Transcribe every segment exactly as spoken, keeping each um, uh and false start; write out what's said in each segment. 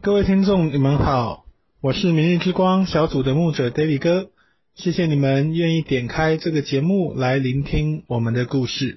各位听众你们好，我是明日之光小组的牧者 David 哥，谢谢你们愿意点开这个节目来聆听我们的故事。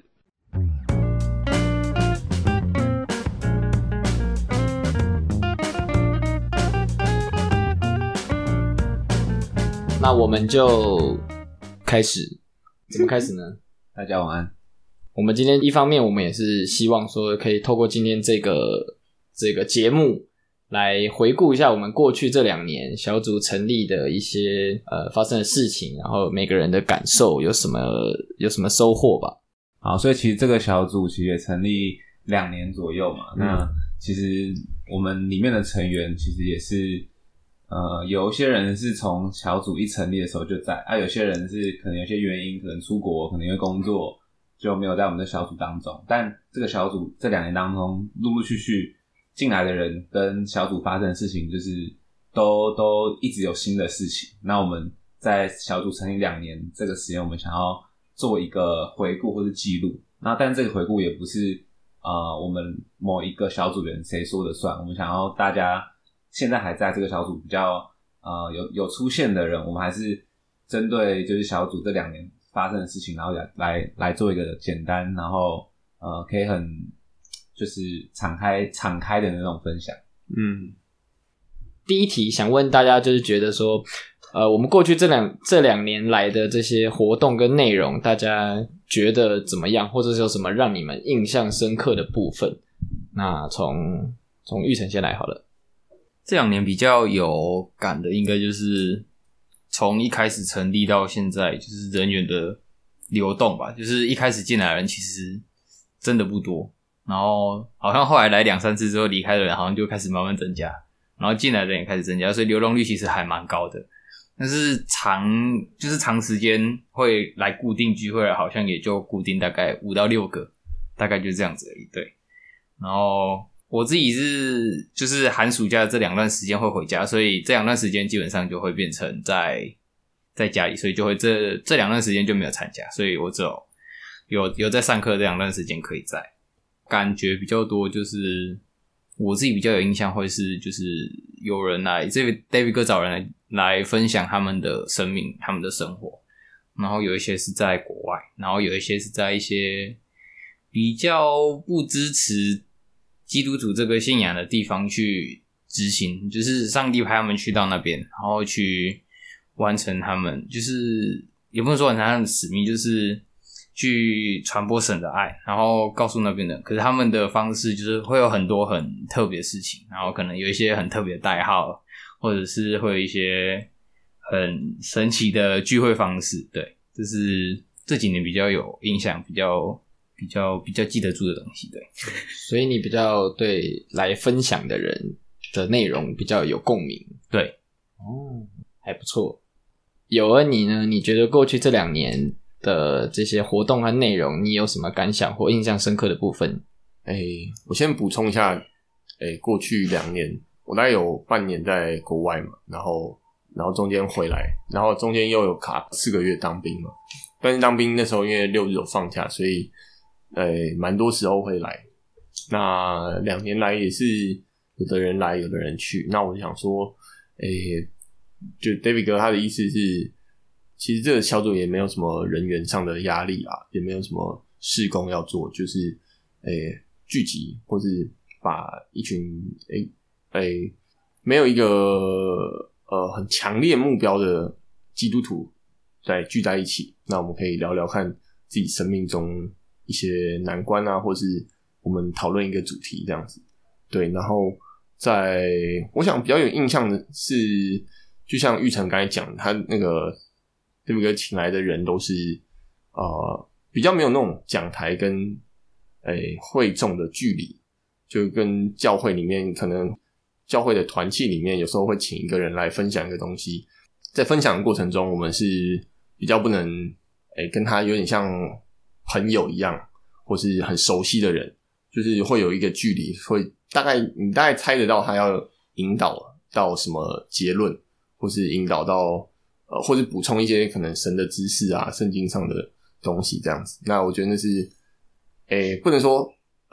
那我们就开始，怎么开始呢？ 大家晚安。 我们今天一方面我们也是希望说可以透过今天这个这个节目来回顾一下我们过去这两年小组成立的一些呃发生的事情，然后每个人的感受有什么有什么收获吧。 好，所以其实这个小组其实也成立两年左右嘛、嗯、那其实我们里面的成员其实也是呃有一些人是从小组一成立的时候就在啊，有些人是可能有些原因可能出国，可能因为工作就没有在我们的小组当中，但这个小组这两年当中陆陆续续进来的人跟小组发生的事情就是都都一直有新的事情。那我们在小组成立两年这个时间，我们想要做一个回顾或是记录，那但这个回顾也不是呃我们某一个小组人谁说的算，我们想要大家现在还在这个小组比较呃有有出现的人，我们还是针对就是小组这两年发生的事情，然后来来来做一个简单，然后呃可以很就是敞开敞开的那种分享。 嗯，第一题想问大家，就是觉得说呃我们过去这两这两年来的这些活动跟内容，大家觉得怎么样，或者是有什么让你们印象深刻的部分？那从从玉成先来好了。 这两年比较有感的应该就是从一开始成立到现在，就是人员的流动吧，就是一开始进来的人其实真的不多，然后好像后来来两三次之后离开的人好像就开始慢慢增加，然后进来的人也开始增加，所以流动率其实还蛮高的。但是长就是长时间会来固定聚会，好像也就固定大概五到六个，大概就这样子而已。对，然后我自己是就是寒暑假这两段时间会回家，所以这两段时间基本上就会变成在在家里，所以就会这这两段时间就没有参加，所以我只有有有在上课这两段时间可以在。感觉比较多就是我自己比较有印象会是就是有人来这个 David 哥找人来来分享他们的生命他们的生活，然后有一些是在国外，然后有一些是在一些比较不支持基督徒这个信仰的地方去执行，就是上帝派他们去到那边，然后去完成他们就是也不能说完成他们的使命，就是去传播神的爱，然后告诉那边的人。可是他们的方式就是会有很多很特别的事情，然后可能有一些很特别的代号，或者是会有一些很神奇的聚会方式。对，这是这几年比较有印象比较比较比较记得住的东西。对， 所以你比较对来分享的人的内容比较有共鸣。 对， 哦，还不错。有恩你呢？你觉得过去这两年的这些活动和内容，你有什么感想或印象深刻的部分？ 诶，我先补充一下，诶，过去两年我大概有半年在国外嘛，然后然后中间回来，然后中间又有卡四个月当兵嘛。但是当兵那时候因为六日有放假，所以诶蛮多时候会来。那两年来也是有的人来，有的人去。那我就想说，诶，就 David 哥他的意思是，其实这个小组也没有什么人员上的压力啦，也没有什么事工要做，就是诶聚集或是把一群诶诶没有一个呃很强烈目标的基督徒在聚在一起，那我们可以聊聊看自己生命中一些难关啊，或是我们讨论一个主题这样子。对，然后在我想比较有印象的是，就像玉成刚才讲，他那个David哥请来的人都是呃比较没有那种讲台跟诶会众的距离，就跟教会里面可能教会的团契里面有时候会请一个人来分享一个东西，在分享的过程中我们是比较不能诶跟他有点像朋友一样或是很熟悉的人，就是会有一个距离，会大概你大概猜得到他要引导到什么结论，或是引导到呃，或者补充一些可能神的知识啊，圣经上的东西这样子。那我觉得那是，诶，不能说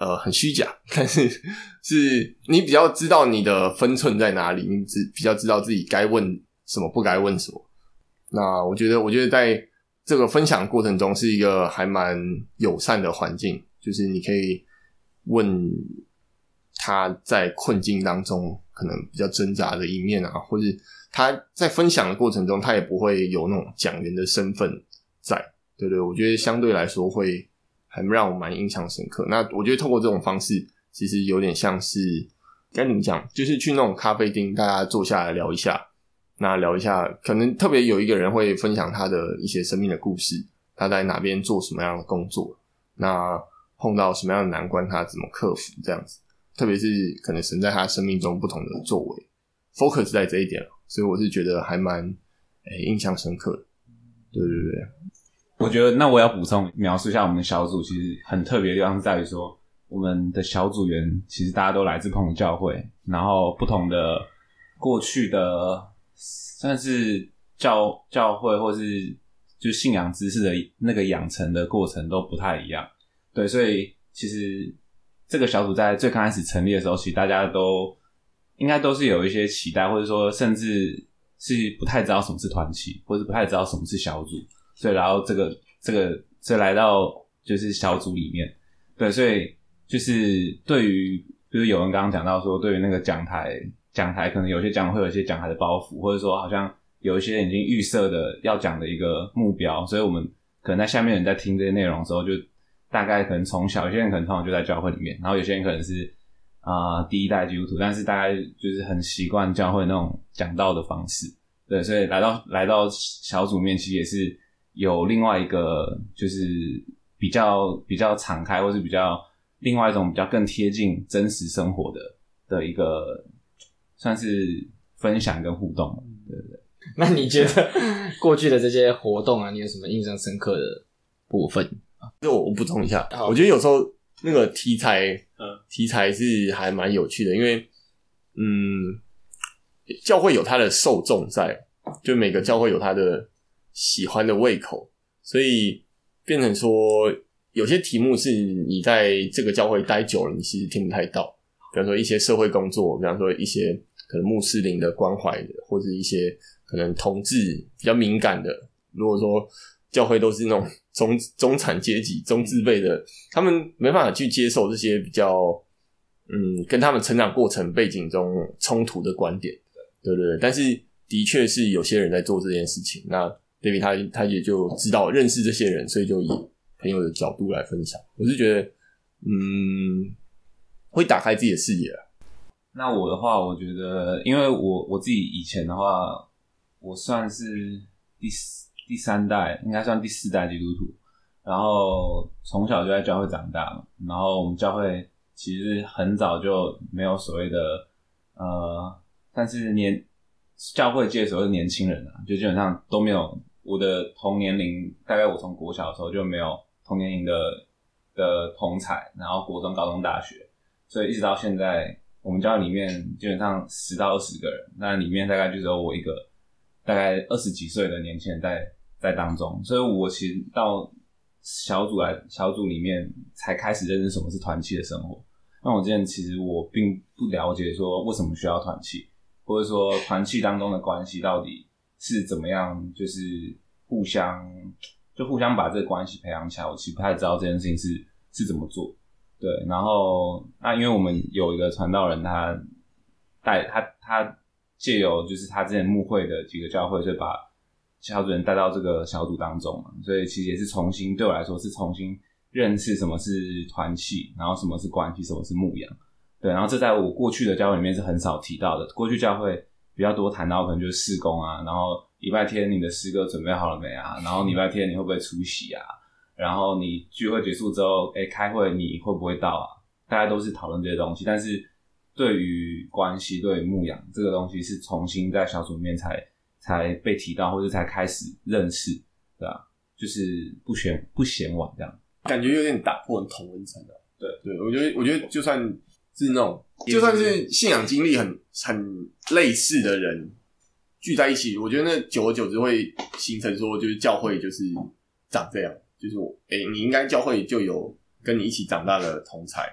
呃很虚假，但是是你比较知道你的分寸在哪里，你只比较知道自己该问什么，不该问什么。那我觉得，我觉得在这个分享过程中是一个还蛮友善的环境，就是你可以问他在困境当中可能比较挣扎的一面啊，或是他在分享的过程中，他也不会有那种讲员的身份在，对对，我觉得相对来说会很让我蛮印象深刻。那我觉得透过这种方式，其实有点像是该怎么讲，就是去那种咖啡厅，大家坐下来聊一下，那聊一下，可能特别有一个人会分享他的一些生命的故事，他在哪边做什么样的工作，那碰到什么样的难关，他怎么克服这样子。特别是可能神在他生命中不同的作为 focus 在这一点，所以我是觉得还蛮、欸、印象深刻的。对对对， 我觉得那我要补充描述一下我们的小组，其实很特别的地方是在于说，我们的小组员其实大家都来自不同的教会，然后不同的过去的算是教教会或是就是信仰知识的那个养成的过程都不太一样。对，所以其实这个小组在最刚开始成立的时候，其实大家都应该都是有一些期待，或者说甚至是不太知道什么是团契，或者不太知道什么是小组，所以来到这个这个所以来到就是小组里面。对，所以就是对于就是有人刚刚讲到说，对于那个讲台讲台可能有些讲会有一些讲台的包袱，或者说好像有一些人已经预设的要讲的一个目标，所以我们可能在下面人在听这些内容的时候，就大概可能从小，有些人可能从小就在教会里面，然后有些人可能是啊、呃、第一代基督徒，但是大概就是很习惯教会那种讲道的方式。对，所以来到来到小组里面，其实也是有另外一个就是比较比较敞开，或是比较另外一种比较更贴近真实生活的的一个算是分享跟互动。对对对。 那你觉得过去的这些活动啊，你有什么印象深刻的部分？ 这我我补充一下， 好我觉得有时候那个题材， 嗯， 题材是还蛮有趣的，因为嗯，教会有它的受众在，就每个教会有它的喜欢的胃口，所以变成说有些题目是你在这个教会待久了，你其实听不太到，比方说一些社会工作，比方说一些可能穆斯林的关怀的，或者一些可能同志比较敏感的，如果说教会都是那种中中产阶级、中字辈的，他们没办法去接受这些比较嗯跟他们成长过程背景中冲突的观点，对对对。但是的确是有些人在做这件事情，那 David 他他也就知道认识这些人，所以就以朋友的角度来分享。我是觉得嗯会打开自己的视野啊。 那我的话，我觉得因为我我自己以前的话，我算是第四第三代，应该算第四代基督徒，然后从小就在教会长大嘛，然后我们教会其实很早就没有所谓的呃，但是年教会界所谓的年轻人啊，就基本上都没有。我的同年龄，大概我从国小的时候就没有同年龄的的同侪，然后国中、高中、大学，所以一直到现在，我们教会里面基本上十到二十个人，那里面大概就只有我一个。大概二十几岁的年轻人在在当中，所以我其实到小组来小组里面才开始认识什么是团契的生活。那我之前其实我并不了解说为什么需要团契，或者说团契当中的关系到底是怎么样，就是互相就互相把这个关系培养起来。我其实不太知道这件事情是是怎么做。对，然后那因为我们有一个传道人，他带他他。借由就是他之前牧会的几个教会，所以把小组人带到这个小组当中嘛，所以其实也是重新对我来说是重新认识什么是团契，然后什么是关系，什么是牧养。对，然后这在我过去的教会里面是很少提到的。过去教会比较多谈到可能就是事工啊，然后礼拜天你的诗歌准备好了没啊？然后礼拜天你会不会出席啊？然后你聚会结束之后，诶开会你会不会到啊？大家都是讨论这些东西，但是对于关系、对于牧养这个东西是重新在小组里面才才被提到，或者才开始认识，对吧？就是不嫌不嫌晚这样， 感觉有点打破同温层的。对对，我觉得我觉得就算是那种，就算是信仰经历很很类似的人聚在一起，我觉得那久而久之会形成说，就是教会就是长这样，就是我诶、欸，你应该教会就有跟你一起长大的同才。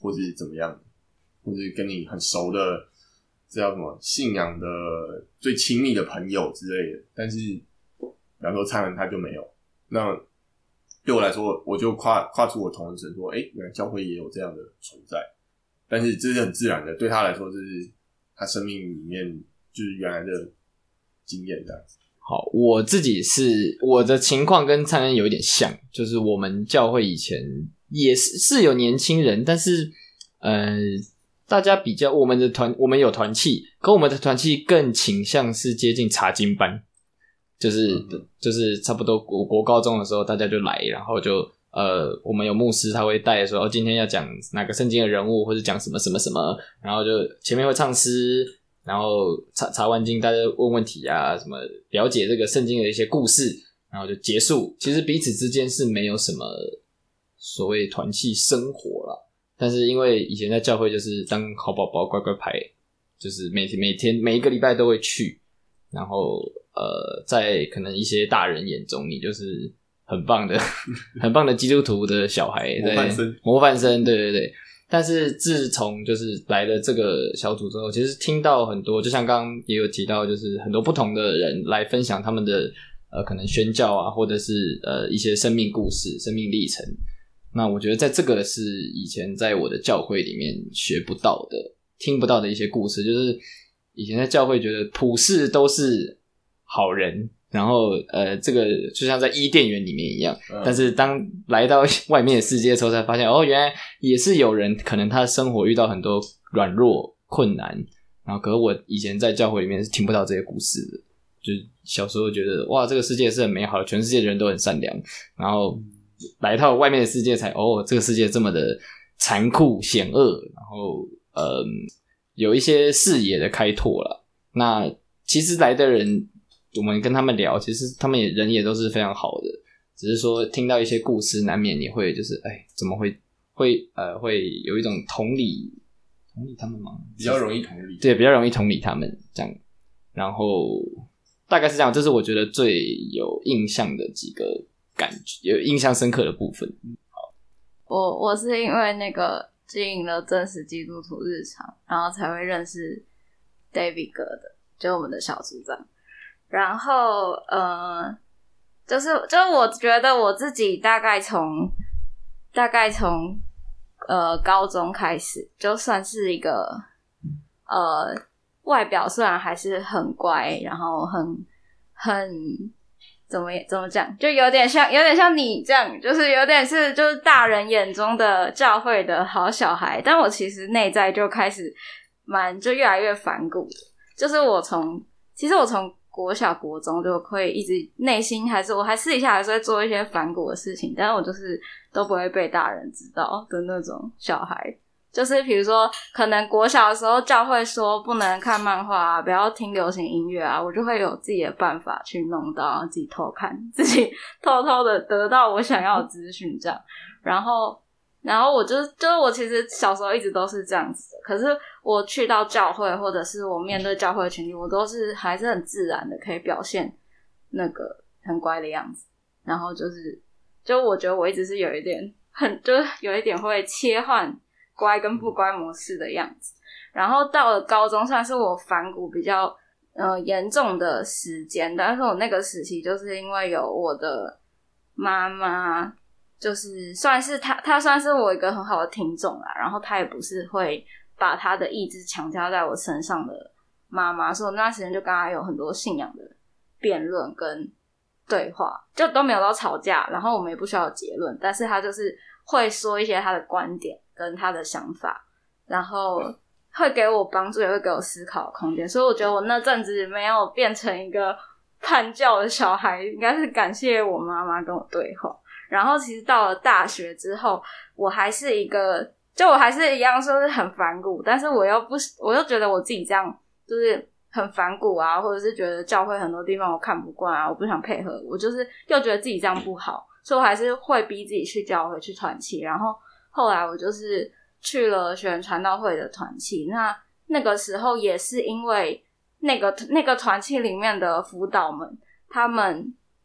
或是怎么样，或是跟你很熟的，这叫什么信仰的最亲密的朋友之类的。但是，比方说灿然他就没有。那对我来说，我就跨跨出我同人层，说，哎、欸，原来教会也有这样的存在。但是这是很自然的，对他来说，这是他生命里面就是原来的经验这样子。 好，我自己是我的情况跟灿然有一点像，就是我们教会以前也是是有年轻人，但是呃，大家比较我们的团，我们有团契，可我们的团契更倾向是接近查经班，就是、嗯、就是差不多国国高中的时候大家就来，然后就呃，我们有牧师他会带说，哦，今天要讲哪个圣经的人物，或者讲什么什么什么，然后就前面会唱诗。然后查查完经，大家问问题啊，什么了解这个圣经的一些故事，然后就结束。其实彼此之间是没有什么所谓团契生活啦，但是因为以前在教会就是当好宝宝乖乖牌，就是每天每天每一个礼拜都会去，然后呃，在可能一些大人眼中，你就是很棒的很棒的基督徒的小孩， 模范生， 模范生，对对对。但是自从就是来了这个小组之后，其实听到很多，就像刚刚也有提到，就是很多不同的人来分享他们的呃可能宣教啊，或者是呃一些生命故事、生命历程。那我觉得在这个是以前在我的教会里面学不到的、听不到的一些故事，就是以前在教会觉得普世都是好人。然后，呃，这个就像在伊甸园里面一样，嗯、但是当来到外面的世界的时候，才发现哦，原来也是有人可能他的生活遇到很多软弱、困难，然后可是我以前在教会里面是听不到这些故事的，就是小时候觉得哇，这个世界是很美好的，全世界的人都很善良，然后来到外面的世界才哦，这个世界这么的残酷、险恶，然后呃，有一些视野的开拓啦。那其实来的人。我们跟他们聊，其实他们也人也都是非常好的，只是说听到一些故事，难免也会就是哎，怎么会会呃会有一种同理同理他们吗？ 比较容易同理， 对，比较容易同理他们这样。然后大概是这样，这是我觉得最有印象的几个感觉，有印象深刻的部分。好， 我我是因为那个经营了真实基督徒日常，然后才会认识 David 哥的，就我们的小组长。然后呃就是就是我觉得我自己大概从大概从呃高中开始就算是一个呃外表虽然还是很乖，然后很很怎么怎么讲，就有点像有点像你这样，就是有点是就是大人眼中的教会的好小孩，但我其实内在就开始蛮就越来越反骨的，就是我从其实我从国小国中就会一直内心还是我还私底下还是会做一些反骨的事情，但是我就是都不会被大人知道的那种小孩。就是比如说可能国小的时候教会说不能看漫画啊，不要听流行音乐啊，我就会有自己的办法去弄到，然后自己偷看，自己偷偷的得到我想要的资讯这样。然后然后我就就是我其实小时候一直都是这样子的，可是我去到教会或者是我面对教会的群体，我都是还是很自然的可以表现那个很乖的样子。然后就是就我觉得我一直是有一点很就是有一点会切换乖跟不乖模式的样子。然后到了高中算是我反骨比较呃严重的时间，但是我那个时期就是因为有我的妈妈，就是算是他他算是我一个很好的听众啦，然后他也不是会把他的意志强加在我身上的妈妈，所以我那段时间就跟他有很多信仰的辩论跟对话，就都没有到吵架，然后我们也不需要有结论，但是他就是会说一些他的观点跟他的想法，然后会给我帮助，也会给我思考的空间。所以我觉得我那阵子没有变成一个叛教的小孩，应该是感谢我妈妈跟我对话。然后其实到了大学之后，我还是一个就我还是一样说是很反骨，但是我又不我又觉得我自己这样就是很反骨啊，或者是觉得教会很多地方我看不惯啊，我不想配合，我就是又觉得自己这样不好，所以我还是会逼自己去教会去团契。然后后来我就是去了学园传道会的团契，那那个时候也是因为那个那个团契里面的辅导们，他们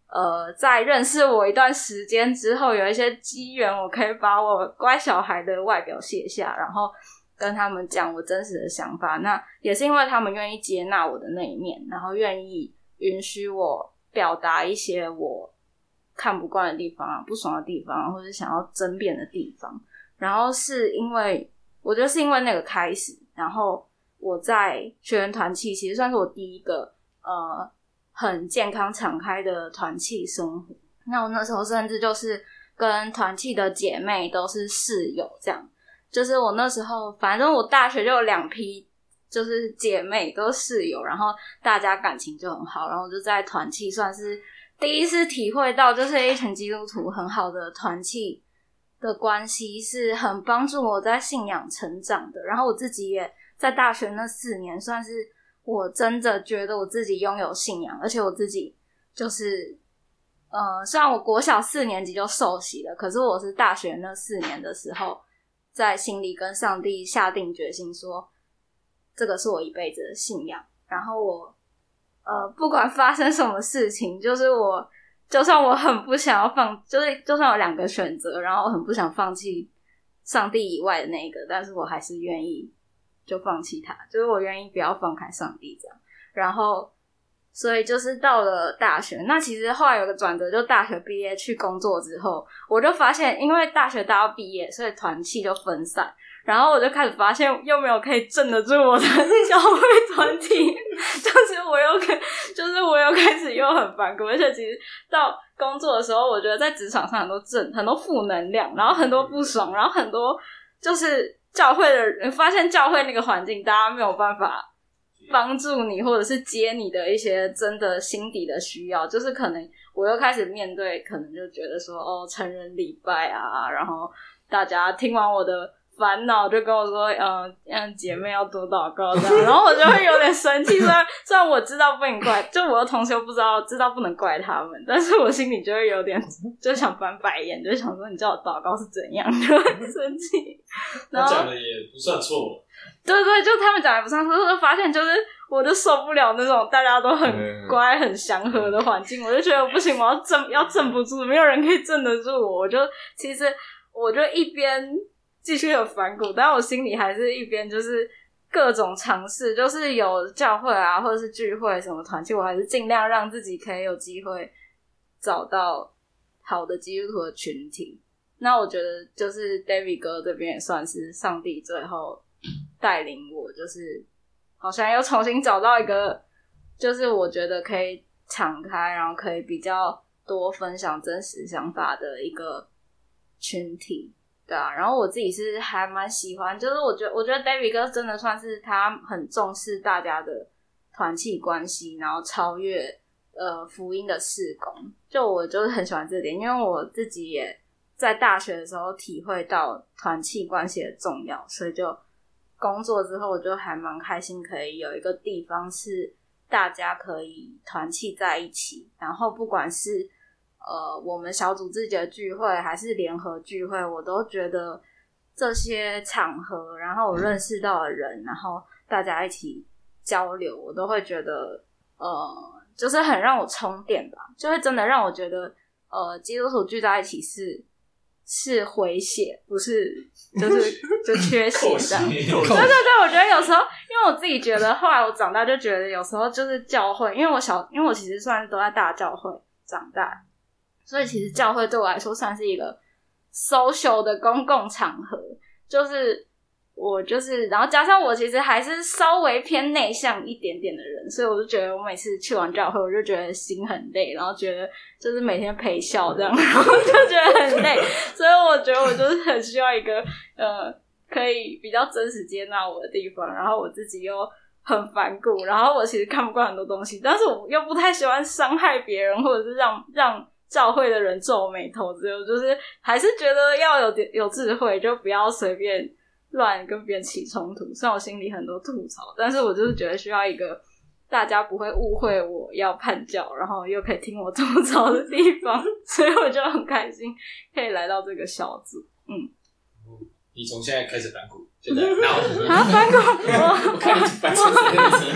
呃，在认识我一段时间之后，有一些机缘，我可以把我乖小孩的外表卸下，然后跟他们讲我真实的想法。那也是因为他们愿意接纳我的那一面，然后愿意允许我表达一些我看不惯的地方啊、不爽的地方啊，或者想要争辩的地方。然后是因为我觉得是因为那个开始，然后我在学员团契其实算是我第一个呃很健康敞开的团契生活。那我那时候甚至就是跟团契的姐妹都是室友，这样就是我那时候反正我大学就有两批就是姐妹都是室友，然后大家感情就很好，然后就在团契算是第一次体会到就是一群基督徒很好的团契的关系是很帮助我在信仰成长的。然后我自己也在大学那四年算是我真的觉得我自己拥有信仰，而且我自己就是呃，虽然我国小四年级就受洗了，可是我是大学那四年的时候在心里跟上帝下定决心说这个是我一辈子的信仰。然后我呃，不管发生什么事情，就是我就算我很不想要放，就是就算有两个选择，然后我很不想放弃上帝以外的那一个，但是我还是愿意就放弃它，就是我愿意不要放开上帝这样。然后所以就是到了大学，那其实后来有个转折，就大学毕业去工作之后，我就发现因为大学大家毕业，所以团契就分散，然后我就开始发现又没有可以镇得住我的教会团体，就是我又开就是我又开始又很反骨，而且其实到工作的时候，我觉得在职场上很多正很多负能量，然后很多不爽，然后很多就是教会的人发现教会那个环境大家没有办法帮助你或者是接你的一些真的心底的需要，就是可能我又开始面对可能就觉得说哦成人礼拜啊，然后大家听完我的烦恼就跟我说呃让姐妹要多祷告这样，然后我就会有点生气，虽然虽然我知道不能怪，就我的同学不知道知道不能怪他们，但是我心里就会有点就想翻白眼，就想说你叫我祷告是怎样，就很生气。然后他讲的也不算错， 对对，就他们讲的不算错，就发现就是我就受不了那种大家都很乖很祥和的环境，我就觉得不行，我要镇要镇不住，没有人可以镇得住我，我就其实我就一边继续有反骨，但我心里还是一边就是各种尝试，就是有教会啊或者是聚会什么团契，我还是尽量让自己可以有机会找到好的基督徒的群体。那我觉得就是 David 哥这边也算是上帝最后带领我，就是好像又重新找到一个就是我觉得可以敞开然后可以比较多分享真实想法的一个群体。对啊，然后我自己是还蛮喜欢，就是我觉得我觉得 David 哥真的算是他很重视大家的团契关系，然后超越呃福音的事工，就我就是很喜欢这点，因为我自己也在大学的时候体会到团契关系的重要，所以就工作之后我就还蛮开心可以有一个地方是大家可以团契在一起，然后不管是呃，我们小组自己的聚会还是联合聚会，我都觉得这些场合，然后我认识到的人，然后大家一起交流，我都会觉得呃，就是很让我充电吧，就会真的让我觉得呃，基督徒聚在一起是是回血，不是就是就缺血这样。对对对，我觉得有时候，因为我自己觉得，后来我长大就觉得有时候就是教会，因为我小，因为我其实算是都在大教会长大。所以其实教会对我来说算是一个 social 的公共场合，就是我就是然后加上我其实还是稍微偏内向一点点的人，所以我就觉得我每次去完教会我就觉得心很累，然后觉得就是每天陪笑这样，然后就觉得很累，所以我觉得我就是很需要一个呃可以比较真实接纳我的地方，然后我自己又很反骨，然后我其实看不惯很多东西，但是我又不太喜欢伤害别人或者是让让教会的人皱眉头之类，就是还是觉得要有点有智慧，就不要随便乱跟别人起冲突。虽然我心里很多吐槽，但是我就是觉得需要一个大家不会误会我要叛教，然后又可以听我吐槽的地方，所以我就很开心可以来到这个小组。嗯， 你从现在开始反骨，现在哪有啊反骨？ 我看你反骨这件事， 我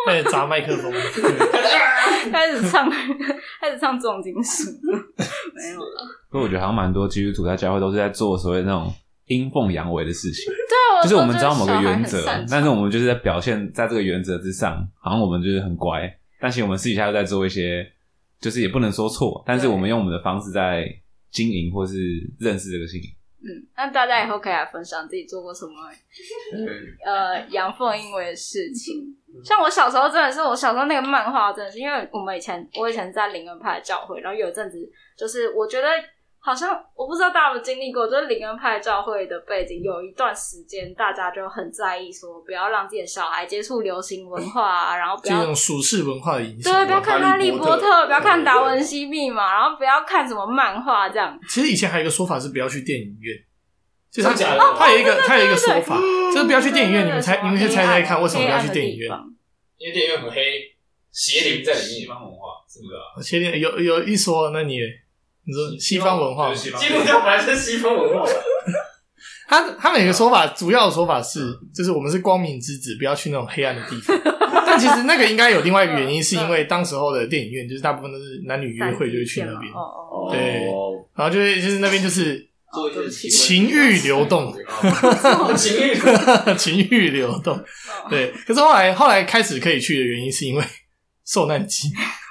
开始砸麦克风， 开始唱，开始唱重金属，没有了。 不过我觉得好像蛮多基督徒在教会都是在做所谓那种阴奉阳违的事情。 对啊， 就是我们知道某个原则， 但但是我们就是在表现在这个原则之上，好像我们就是很乖，但是我们私底下又在做一些，就是也不能说错，但是我们用我们的方式在经营或是认识这个信仰。 嗯，那大家以后可以来分享自己做过什么呃阳奉阴违的事情。像我小时候真的是，我小时候那个漫画真的是，因为我们以前我以前在灵恩派的教会，然后有一阵子就是我觉得好像我不知道大家有没有经历过，就是灵恩派教会的背景有一段时间大家就很在意说不要让自己的小孩接触流行文化啊，然后不要这种属世文化的影响， 对，不要看哈利波特，不要看达文西密码，然后不要看什么漫画这样。 其实以前还有一个说法是不要去电影院，就是他真的假的他有一个哦他有一个说法，就是不要去电影院。 对对对你们猜， 对你们可以猜猜看为什么不要去电影院？ 因为电影院很黑，邪灵在里面。 西方文化是不是啊？ 前面有有一说，那你你说西方文化， 基督教本来是西方文化。 他他每个说法主要的说法是，就是我们是光明之子，不要去那种黑暗的地方。但其实那个应该有另外一个原因，是因为当时候的电影院就是大部分都是男女约会，就会去那边。 哦哦， 对，然后就会就是那边就是做一些情欲流动， 情欲情欲流动。对，可是后来后来开始可以去的原因，是因为受难记，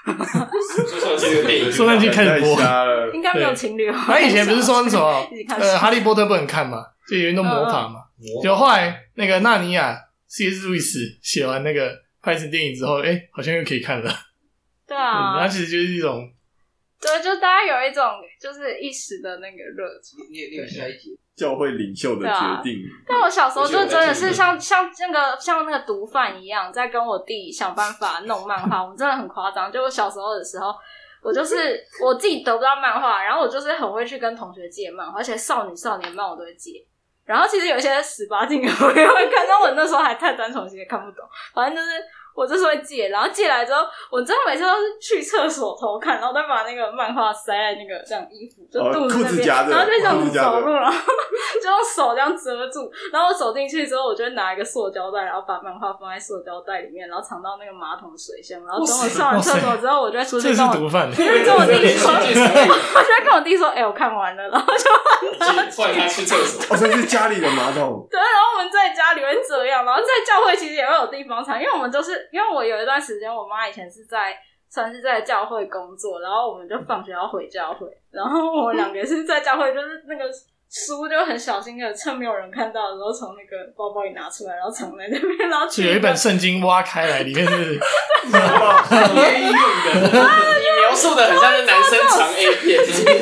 受难记开始播。 应该没有情侣。 他以前不是说什么呃哈利波特不能看嘛，就有一种魔法嘛。就后来那个纳尼亚 C S 路易斯写完那个拍成电影之后，哎、欸，好像又可以看了。 对啊， 它、嗯、其实就是一种， 对，就大家有一种就是一时的那个热情。 你你有下一节教会领袖的决定。 但我小时候就真的是像像那个像那个毒贩一样，在跟我弟想办法弄漫画。我们真的很夸张，就我小时候的时候。我就是我自己得不到漫画，然后我就是很会去跟同学借漫画，而且少女少年漫我都会借。然后其实有一些十八禁的我也会看，但我那时候还太单纯，其实看不懂。反正就是我就是会借，然后借来之后，我真的每次都是去厕所偷看，然后再把那个漫画塞在那个这样衣服就肚子那边，哦、然后就这样子走路，然后就用手这样遮住。然后我走进去之后，我就会拿一个塑胶袋，然后把漫画放在塑胶袋里面，然后藏到那个马桶水箱。然后等我上完厕所之后，我就会出去跟我，我就会跟我弟说，我就会跟我弟说，哎、欸，我看完了，然后就换他换他去厕所。 哦，这是家里的马桶。 对，然后我们在家里会这样，然后在教会其实也会有地方藏，因为我们都是。因为我有一段时间，我妈以前是在算是在教会工作，然后我们就放学要回教会，然后我们两个是在教会，就是那个书就很小心的，趁没有人看到的时候，从那个包包里拿出来，然后藏在那边，然后就有一本圣经挖开来，里面是联谊用的，你描述的很像是男生藏 A 片。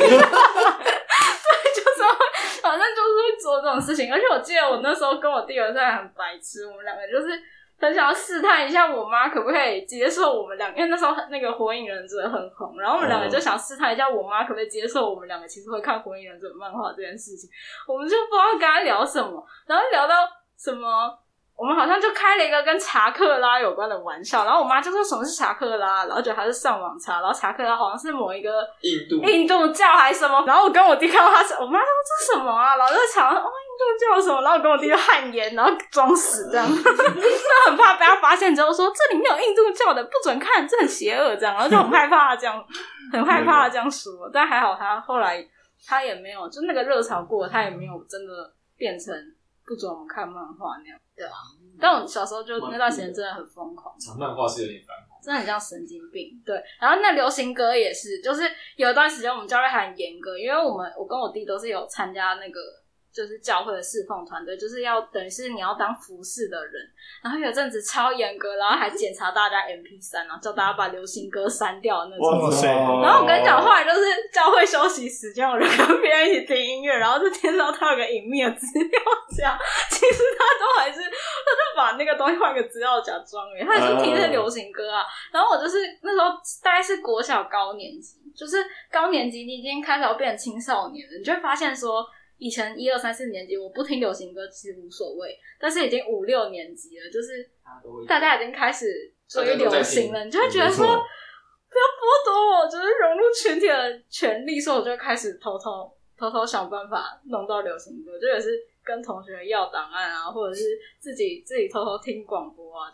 反正就是会做这种事情，而且我记得我那时候跟我弟有时候很白痴，我们两个就是很想要试探一下我妈可不可以接受我们两个，因为那时候那个火影忍者很红，然后我们两个就想试探一下我妈可不可以接受我们两个其实会看火影忍者漫画这件事情，我们就不知道跟他聊什么，然后聊到什么。我们好像就开了一个跟查克拉有关的玩笑，然后我妈就说什么是查克拉，然后就还是上网查，然后查克拉好像是某一个印度印度教还是什么，然后我跟我弟看到他，我妈说这是什么啊，然后就查哦印度教什么，然后我跟我弟就汗颜，然后装死这样，就很怕被他发现之后说这里面有印度教的不准看，这很邪恶这样，然后就很害怕他这样，很害怕他这样说，但还好他后来他也没有，就那个热潮过了，他也没有真的变成不准我们看漫画那样，对啊。但我小时候就那段时间真的很疯狂， 长漫画是有点烦， 真的很像神经病。对，然后那流行歌也是，就是有一段时间我们教会还很严格，因为我们我跟我弟都是有参加那个就是教会的侍奉团队，就是要等于是你要当服侍的人，然后有阵子超严格，然后还检查大家 M P 三， 然后叫大家把流行歌删掉的那种。 哇塞！ 然后我跟你讲，后来就是教会休息时间，我就跟别人一起听音乐，然后就听到他有个隐秘的资料夹，其实他都还是他就把那个东西换个资料夹装而已，他也是听一些流行歌啊。然后我就是那时候大概是国小高年级，就是高年级你已经开始要变成青少年了，你就会发现说。以前一二三四年级我不听流行歌其实无所谓，但是已经五六年级了，就是大家已经开始追流行了，你就会觉得说不要剥夺我就是融入群体的权利，所以我就开始偷偷偷偷想办法弄到流行歌，就也是跟同学要档案啊，或者是自己自己偷偷听广播啊这样。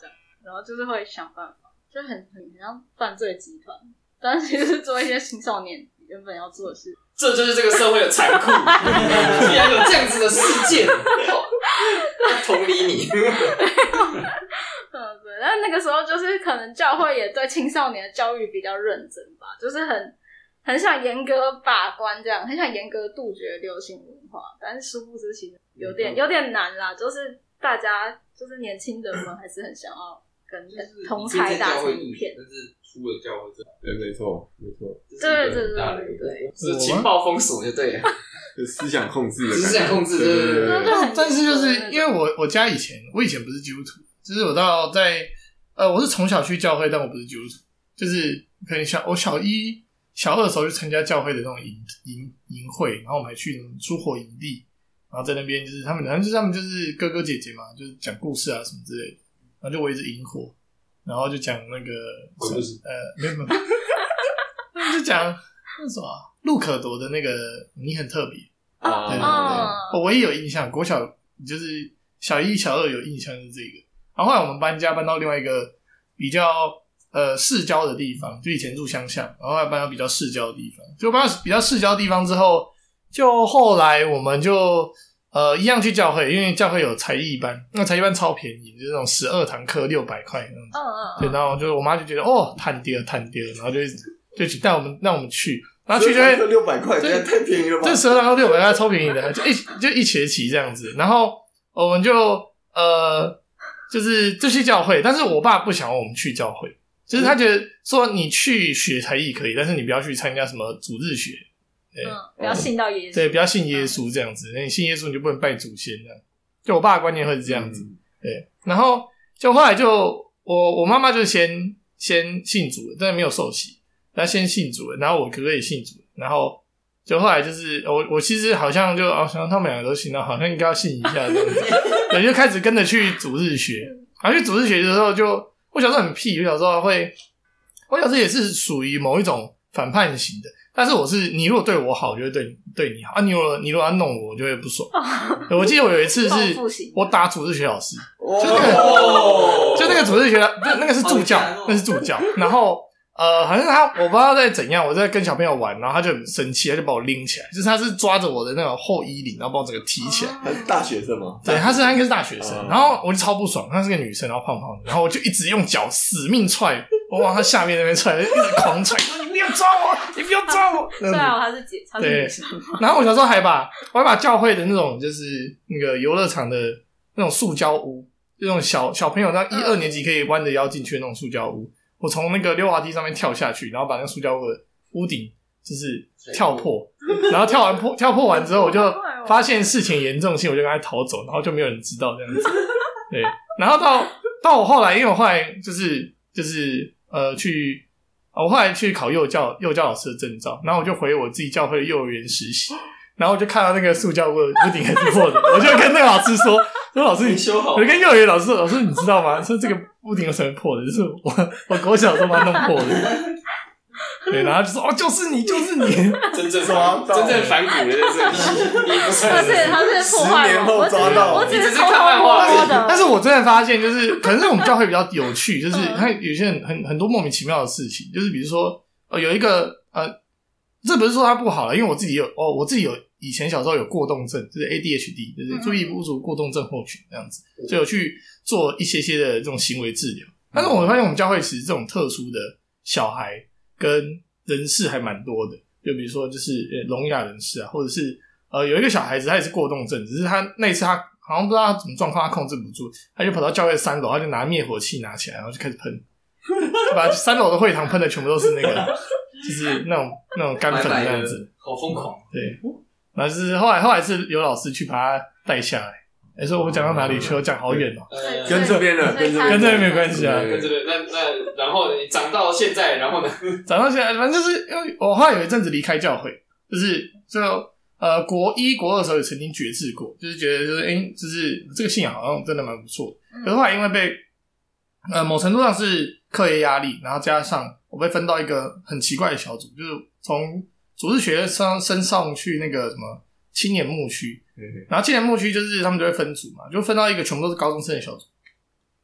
然后就是会想办法，就很很像犯罪集团，但是其实是做一些青少年原本要做的事。 这就是这个社会的残酷，居然有这样子的事件，同理你。 嗯，对，但那个时候就是可能教会也对青少年的教育比较认真吧，就是很很想严格把关这样，很想严格杜绝流行文化，但是殊不知其实有点有点难啦，就是大家就是年轻人们还是很想要跟同才打成一片， 但是出了教会之后， 对，没错，没错， 对对对对对， 是情报封锁就对了， 思想控制的感觉， 思想控制，对对对对对。 但是就是因为我我家以前我以前不是基督徒，就是我到在呃我是从小去教会，但我不是基督徒，就是可能小我小一小二的时候就参加教会的那种营营营会，然后我们还去出火营地，然后在那边就是他们反正就是他们就是哥哥姐姐嘛，就是讲故事啊什么之类的，然后就围着萤火，然后就讲那个呃没有没有，他们就讲那什么路可铎的那个你很特别。 啊， 对对对，我唯一有印象，国小就是小一、小二有印象是这个。然后后来我们搬家搬到另外一个比较呃市郊的地方，就以前住乡下，然后后来搬到比较市郊的地方。就搬到比较市郊的地方之后，就后来我们就呃一样去教会，因为教会有才艺班，那才艺班超便宜，就是那种十二堂课六百块那样子。 嗯嗯。 对，然后就我妈就觉得哦，探爹了探爹了，然后就就去带我们让我们去。然后去就会六百块，这太便宜了吧？ 这十二堂课六百块超便宜的，就一就一学期这样子。然后我们就呃，就是就去教会，但是我爸不想要我们去教会，就是他觉得说你去学才艺可以，但是你不要去参加什么主日学，对， 嗯，不要信到耶稣， 对，不要信耶稣这样子。那你信耶稣你就不能拜祖先这样。就我爸的观念会是这样子，嗯、对。然后就后来就我我妈妈就先先信主了，但是没有受洗。他先信主了，然后我哥哥也信主了，然后就后来就是我我其实好像就哦，想他们两个都信了，好像应该要信一下这样子，对，就开始跟着去主日学。然后去主日学的时候就，就我小时候很屁，我小时候会，我小时候也是属于某一种反叛型的，但是我是你如果对我好，我就会对你对你好啊，你如果你如果要弄我，我就会不爽。我记得我有一次是我打主日学老师，就那个就那个主日学就那个是助教，那是助教，然后。呃，好像他我不知道在怎样，我在跟小朋友玩，然后他就很生气，他就把我拎起来，就是他是抓着我的那种后衣领，然后把我整个提起来。 他是大学生吗？ 对，他是他应该是大学生，嗯、然后我就超不爽，她是个女生，然后胖胖的，然后我就一直用脚死命踹，我往他下面那边踹，一直狂踹，你不要抓我，你不要抓我。 对啊，他是姐，他是女生。 然后我小时候还把我还把教会的那种就是那个游乐场的那种塑胶屋，就那种小小朋友那一二年级可以弯着腰进去的那种塑胶屋。我从那个溜滑梯上面跳下去，然后把那个塑胶屋的屋顶就是跳破，然后跳完破跳破完之后，我就发现事情严重性，我就赶快逃走，然后就没有人知道这样子。对，然后到到我后来，因为我后来就是就是呃去，我后来去考幼教幼教老师的证照，然后我就回我自己教会的幼儿园实习，然后我就看到那个塑胶屋的屋顶还是破的，我就跟那个老师说。说老师你修好，我就跟幼儿园老师说，老师你知道吗？说这个屋顶有什么破的，就是我我国小的时候把它弄破的。对，然后就说哦，就是你，就是你， 真正抓到，真正反骨的就是你，不是， 他是他是破坏， 十年后抓到， 我只是偷偷摸摸的。 但是我真的发现，就是可能是我们教会比较有趣，就是它有些很很很多莫名其妙的事情，就是比如说呃有一个呃，这不是说它不好了，因为我自己有哦，我自己有。以前小时候有过动症，就是 A D H D， 就是注意力不足过动症候群这样子，所以有去做一些些的这种行为治疗。但是我发现我们教会其实这种特殊的小孩跟人士还蛮多的，就比如说就是聋哑人士啊，或者是呃有一个小孩子他也是过动症，只是他那一次他好像不知道他什么状况，他控制不住，他就跑到教会三楼，他就拿灭火器拿起来，然后就开始喷，就把三楼的会堂喷的全部都是那个，就是那种那种干粉这样子， 好疯狂， 对。然后就是后来后来是有老师去把他带下来。哎、欸，说我们讲到哪里去？我讲好远哦、喔呃，跟这边的，跟这边跟这边没关系啊， 跟这边那那然后你长到现在，然后呢？ 长到现在，反正就是因为我后来有一阵子离开教会，就是就呃国一国二的时候也曾经决志过，就是觉得就是哎、欸，就是这个信仰好像真的蛮不错的。可是后来因为被呃某程度上是课业压力，然后加上我被分到一个很奇怪的小组，就是从主日学上升上去那个什么青年牧区，然后青年牧区就是他们就会分组嘛，就分到一个全部都是高中生的小组。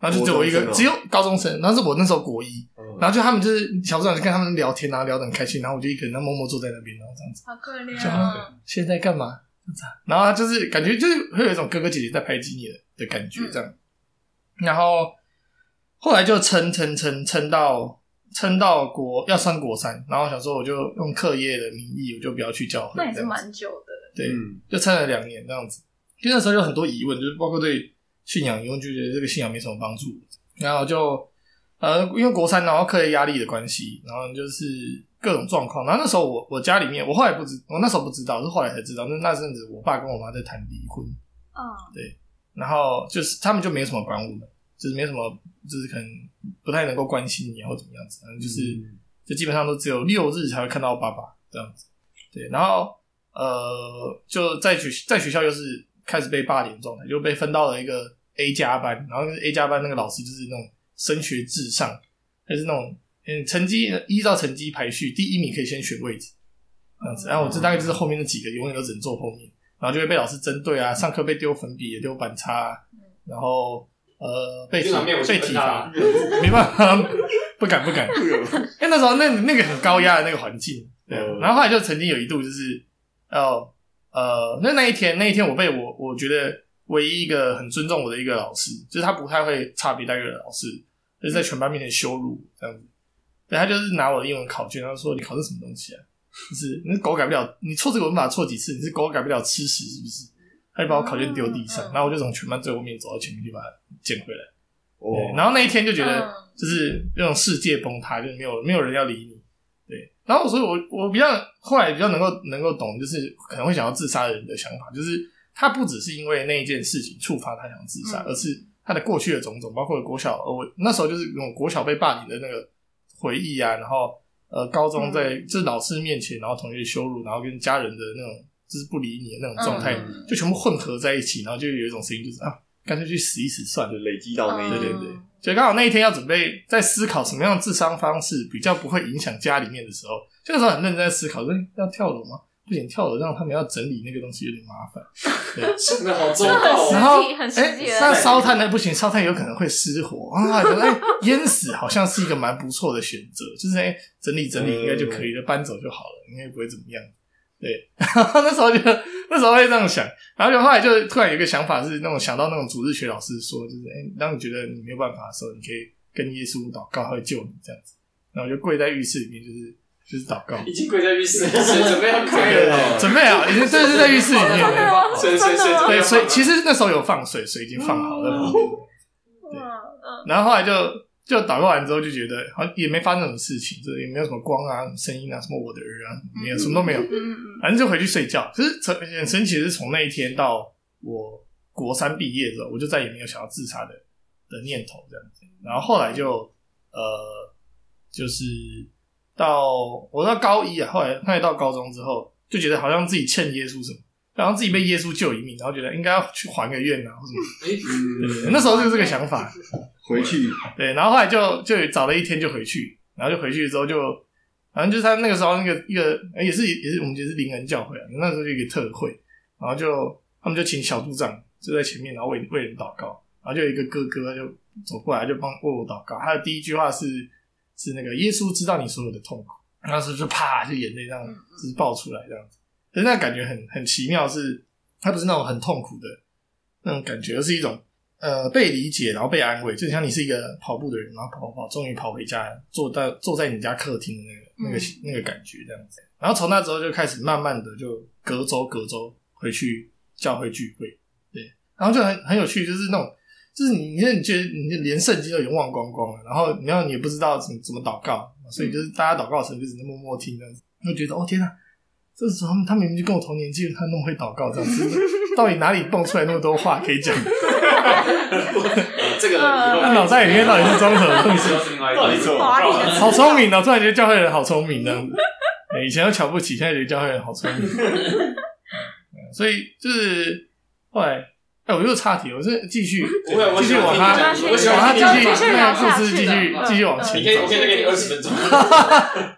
然后就只有我一个， 国中生哦只有高中生，然后是我那时候国一，然后就他们就是小组长就跟他们聊天啊，聊得很开心，然后我就一个人默默坐在那边，然后这样子， 好可怜就哦。 现在干嘛？然后他就是感觉就是会有一种哥哥姐姐在排挤你的的感觉这样，嗯、然后后来就撑撑撑撑到撑到国要升国三，然后想说我就用课业的名义，我就不要去教会， 那也是蛮久的， 对， 嗯、 就撑了两年这样子。因为那时候有很多疑问，就是包括对信仰疑问，就觉得这个信仰没什么帮助，然后就呃因为国三，然后课业压力的关系，然后就是各种状况，然后那时候我我家里面，我后来不知，我那时候不知道，是后来才知道，那那阵子我爸跟我妈在谈离婚， 嗯， 对，然后就是他们就没什么管我们，就是没什么，就是可能不太能够关心你或怎么样子，反正就是、嗯、就基本上都只有六日才会看到爸爸这样子，对，然后呃就在学在学校又是开始被霸凌状态，就被分到了一个 A 加班，然后 A 加班那个老师就是那种升学至上，还是那种。嗯，成绩依照成绩排序，第一名可以先选位置，这样子。然后我这大概就是后面那几个永远都只能坐后面，然后就会被老师针对啊，上课被丢粉笔、丢板擦、啊，然后呃被体被体罚，没办法，不敢不敢，因为那时候那那个很高压的那个环境，对。然后后来就曾经有一度就是哦呃，那那一天那一天我被我我觉得唯一一个很尊重我的一个老师，就是他不太会差别待遇的老师，就是在全班面前羞辱这样子。对，他就是拿我的英文考卷，然后说：“你考这什么东西啊？就是你是狗改不了，你错这个文法错几次，你是狗改不了吃屎是不是？”他就把我考卷丢地上，然后我就从全班最后面走到前面去把它捡回来。哦，然后那一天就觉得就是那种世界崩塌，就是没有没有人要理你。对，然后所以我我比较后来比较能够能够懂，就是可能会想要自杀的人的想法，就是他不只是因为那一件事情触发他想自杀，嗯、而是他的过去的种种，包括国小，我那时候就是那种国小被霸凌的那个。回忆啊，然后呃，高中在、嗯、就是老师面前，然后同学羞辱，然后跟家人的那种就是不理你的那种状态，嗯、就全部混合在一起，然后就有一种声音就是啊，干脆去死一死算了， 就累积到那一天， 对对对，就刚好那一天要准备在思考什么样的自伤方式比较不会影响家里面的时候，就那时候很认真在思考，说要跳楼吗？不行，跳楼让他们要整理那个东西有点麻烦，对， 真的好周到。 然后很实际的， 哎，那烧炭呢不行，烧炭有可能会失火啊。觉得哎，淹死好像是一个蛮不错的选择，就是哎，整理整理应该就可以了，搬走就好了，应该不会怎么样。对，然后那时候就那时候会这样想，然后就后来就突然有一个想法是那种想到那种主日学老师说，就是哎，当你觉得你没有办法的时候，你可以跟耶稣祷告，他会救你这样子。然后我就跪在浴室里面，就是。就是祷告， 已经跪在浴室，水准备要开了， 准备好，已经对，是在浴室里面了。 水水水， 对，水其实那时候有放水，水已经放好了。对，然后后来就就祷告完之后，就觉得好像也没发生什么事情，就是也没有什么光啊、声音啊、什么我的儿啊，没有，什么都没有。反正就回去睡觉。可是很神奇的是，从那一天到我国三毕业的时候，我就再也没有想要自杀的的念头这样子。然后后来就呃，就是。到我到高一啊，后来后来到高中之后，就觉得好像自己欠耶稣什么，好像自己被耶稣救一命，然后觉得应该要去还个愿啊，或什么。欸、对，那时候就是这个想法， 回去。 对，然后后来就就找了一天就回去，然后就回去之后就，反正就是他那个时候那个一个也是也是我们也是灵恩教会啊，那时候就一个特会，然后就他们就请小组长就在前面，然后为为人祷告，然后就有一个哥哥他就走过来就帮为我祷告，他的第一句话是。是那个耶稣知道你所有的痛苦，然后是就啪就眼泪这样就是爆出来这样子，可是那感觉很很奇妙，是它不是那种很痛苦的那种感觉，而是一种呃被理解，然后被安慰，就像你是一个跑步的人，然后跑跑终于跑回家，坐在坐在你家客厅的那个那个、嗯、那个感觉这样子，然后从那之后就开始慢慢的就隔周隔周回去教会聚会，对，然后就很很有趣，就是那种。就是你，你觉得你连圣经都已经忘光光了，然后然后你也不知道怎么怎么祷告，所以就是大家祷告的时候就只能默默听这样子，就觉得哦天哪，这时候他们他明明就跟我同年纪，他那么会祷告这样子，到底哪里蹦出来那么多话可以讲？ 这个他脑袋里面到底是装什么东西？ 到底错？ 好聪明哦！突然觉得教会人好聪明这样子，以前都瞧不起，现在觉得教会人好聪明，所以就是后来。哎、欸，我又岔题，我是继续继续往他， 我喜欢他继续那个故事继续继续往前。 你可以，我可以再给你二十分钟。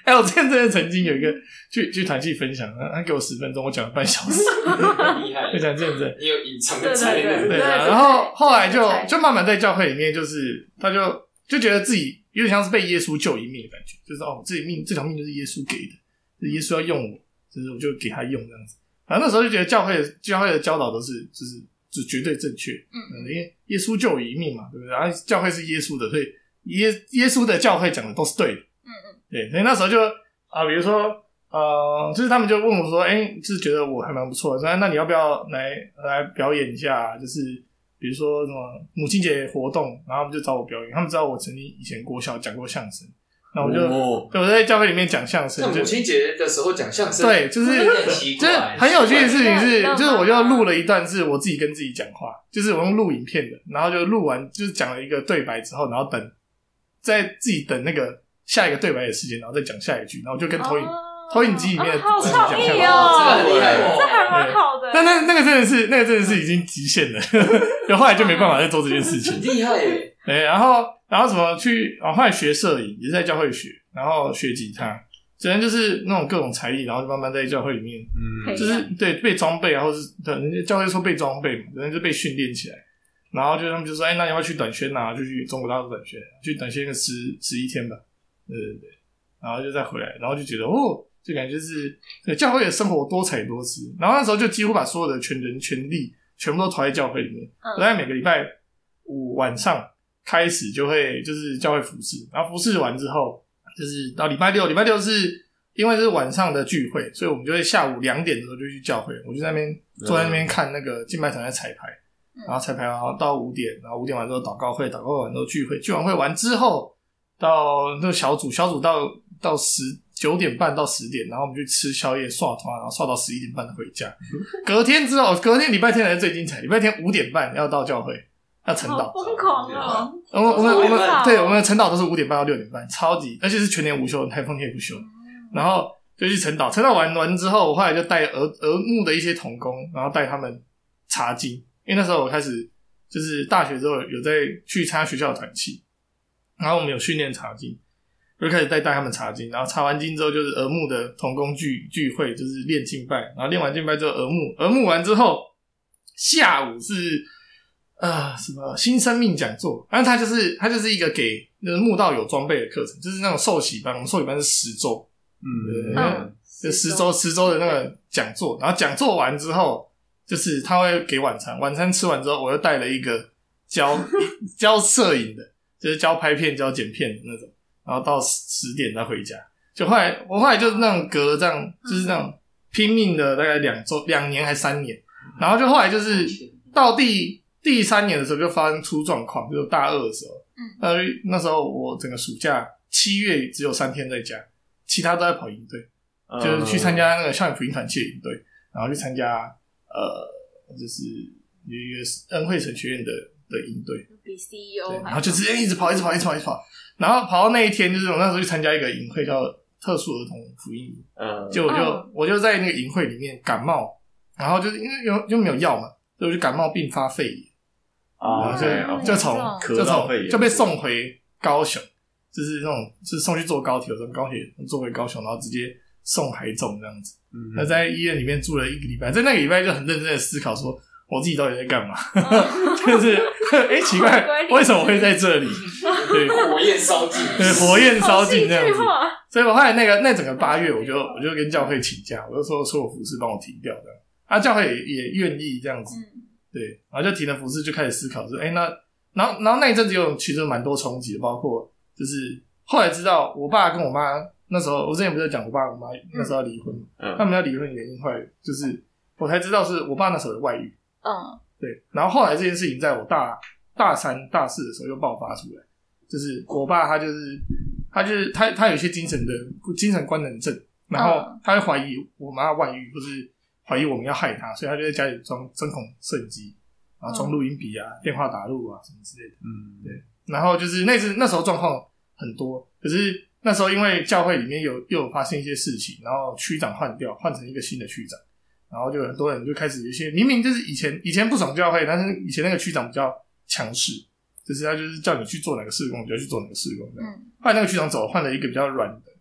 哎、欸，我之前真的曾经有一个去去团契分享，他给我十分钟，我讲了半小时， 厉害， 就讲认真， 你有隐藏的才能， 对啊。然后后来就就慢慢在教会里面，就是他就就觉得自己有点像是被耶稣救一命的感觉，就是哦，自己命这条命就是耶稣给的，就是耶稣要用我，就是我就给他用这样子。反正那时候就觉得教会的教会的教导都是就是就绝对正确，嗯，因为耶稣救我一命嘛，对不对？然后教会是耶稣的，所以耶耶稣的教会讲的都是对的，嗯嗯，对。所以那时候就啊，比如说呃，就是他们就问我说，哎，就是觉得我还蛮不错的，说那你要不要来来表演一下？就是比如说什么母亲节活动，然后他们就找我表演。他们知道我曾经以前国小讲过相声，那我就、哦、对我在教会里面讲相声。 在母亲节的时候讲相声， 对，就是就是很有趣的事情是，就是我就录了一段是我自己跟自己讲话，就是我用录影片的，然后就录完就是讲了一个对白之后，然后等在自己等那个下一个对白的时间，然后再讲下一句，然后就跟投影。哦投影机里面的自己讲相声， 这个很厉害哦， 这还蛮好的。 但那那个真的是，那个真的是已经极限了，就后来就没办法再做这件事情。 很厉害耶！ 对，然后然后什么去，然后后来学摄影，也是在教会学，然后学吉他，只能就是那种各种才艺，然后就慢慢在教会里面，嗯，就是对被装备啊，或是对人家教会说被装备嘛，人家就被训练起来。然后就他们就说，哎，那你要不要去短宣啊？就去中国大陆短宣，去短宣个十十一天吧，对对对，然后就再回来，然后就觉得哦。就感觉就是对教会的生活多彩多姿，然后那时候就几乎把所有的全人全力全部都投在教会里面。嗯、我大概每个礼拜五晚上开始就会就是教会服侍，然后服侍完之后，就是到礼拜六，礼拜六是因为是晚上的聚会，所以我们就会下午两点的时候就去教会，我就在那边坐在那边看那个敬拜团在彩排，然后彩排然后到五点，然后五点完之后祷告会，祷告会完之后聚会，聚完会完之后到那个小组，小组到到十。九点半到十点，然后我们去吃宵夜刷团，然后刷到十一点半回家。隔天之后，隔天礼拜天才是最精彩。礼拜天五点半要到教会，要晨祷。 疯狂哦！ 我们我们我们对我们的晨祷都是五点半到六点半，超级，而且是全年无休，台风天也不休。然后就去晨祷，晨祷完完之后，我后来就带儿儿牧的一些同工，然后带他们查经，因为那时候我开始就是大学之后有在去参加学校的团契，然后我们有训练查经。就开始带带他们查经，然后查完经之后就是儿牧的同工聚聚会，就是练敬拜，然后练完敬拜之后儿牧，儿牧完之后下午是呃什么新生命讲座，然后它就是它就是一个给就是牧道有装备的课程，就是那种受洗班，我们受洗班是十周，嗯，嗯就十周十周的那个讲座，然后讲座完之后，就是他会给晚餐，晚餐吃完之后，我又带了一个教教摄影的，就是教拍片、教剪片的那种。然后到十点再回家，就后来我后来就是那种隔了这样，就是那种拼命的大概两周、两年还三年，然后就后来就是到第第三年的时候就发生出状况，就是大二的时候，嗯，那时候我整个暑假七月只有三天在家，其他都在跑营队，嗯、就是去参加那个校园福音团契营队，然后去参加呃，就是有一个恩惠神学院的的营队， 比 C E O， 然后就直接一直跑，一直跑，一直跑，一直跑。然后跑到那一天，就是我那时候去参加一个营会，叫特殊儿童福音营。嗯，就我就、嗯、我就在那个营会里面感冒，然后就是因为有就没有药嘛，所以我就感冒并发肺炎啊，然后就、嗯、就从就从就被送回高雄，就是那种就是送去坐高铁，我从高铁坐回高雄，然后直接送海总这样子。嗯，那在医院里面住了一个礼拜，在那个礼拜就很认真的思考说。我自己到底在干嘛？就是哎、欸，奇怪，为什么会在这里？对， 火焰烧尽， 对，火焰烧尽这样子。所以我后来那个那整个八月，我就我就跟教会请假，我就说所有服事帮我停掉这样。啊，教会也也愿意这样子，对，然后就停了服事，就开始思考说，哎、欸，那然后然后那一阵子有其实蛮多冲击的，包括就是后来知道我爸跟我妈那时候，我之前不是讲我爸我妈那时候要离婚，嗯，他们要离婚的原因，后来就是我才知道是我爸那时候有外遇。嗯，对，然后后来这件事情在我大大三、大四的时候又爆发出来，就是我爸他就是他就是他他有一些精神的精神官能症，然后他会怀疑我妈外遇，或是怀疑我们要害他，所以他就在家里装针孔摄影机，然后装录音笔啊、嗯、电话打录啊什么之类的。嗯，对，然后就是那次那时候状况很多，可是那时候因为教会里面有又有发生一些事情，然后区长换掉，换成一个新的区长。然后就很多人就开始有一些明明就是以前以前不爽教会，但是以前那个区长比较强势，就是他就是叫你去做哪个事工，你就要去做哪个事工这样。嗯、后来那个区长走，换了一个比较软的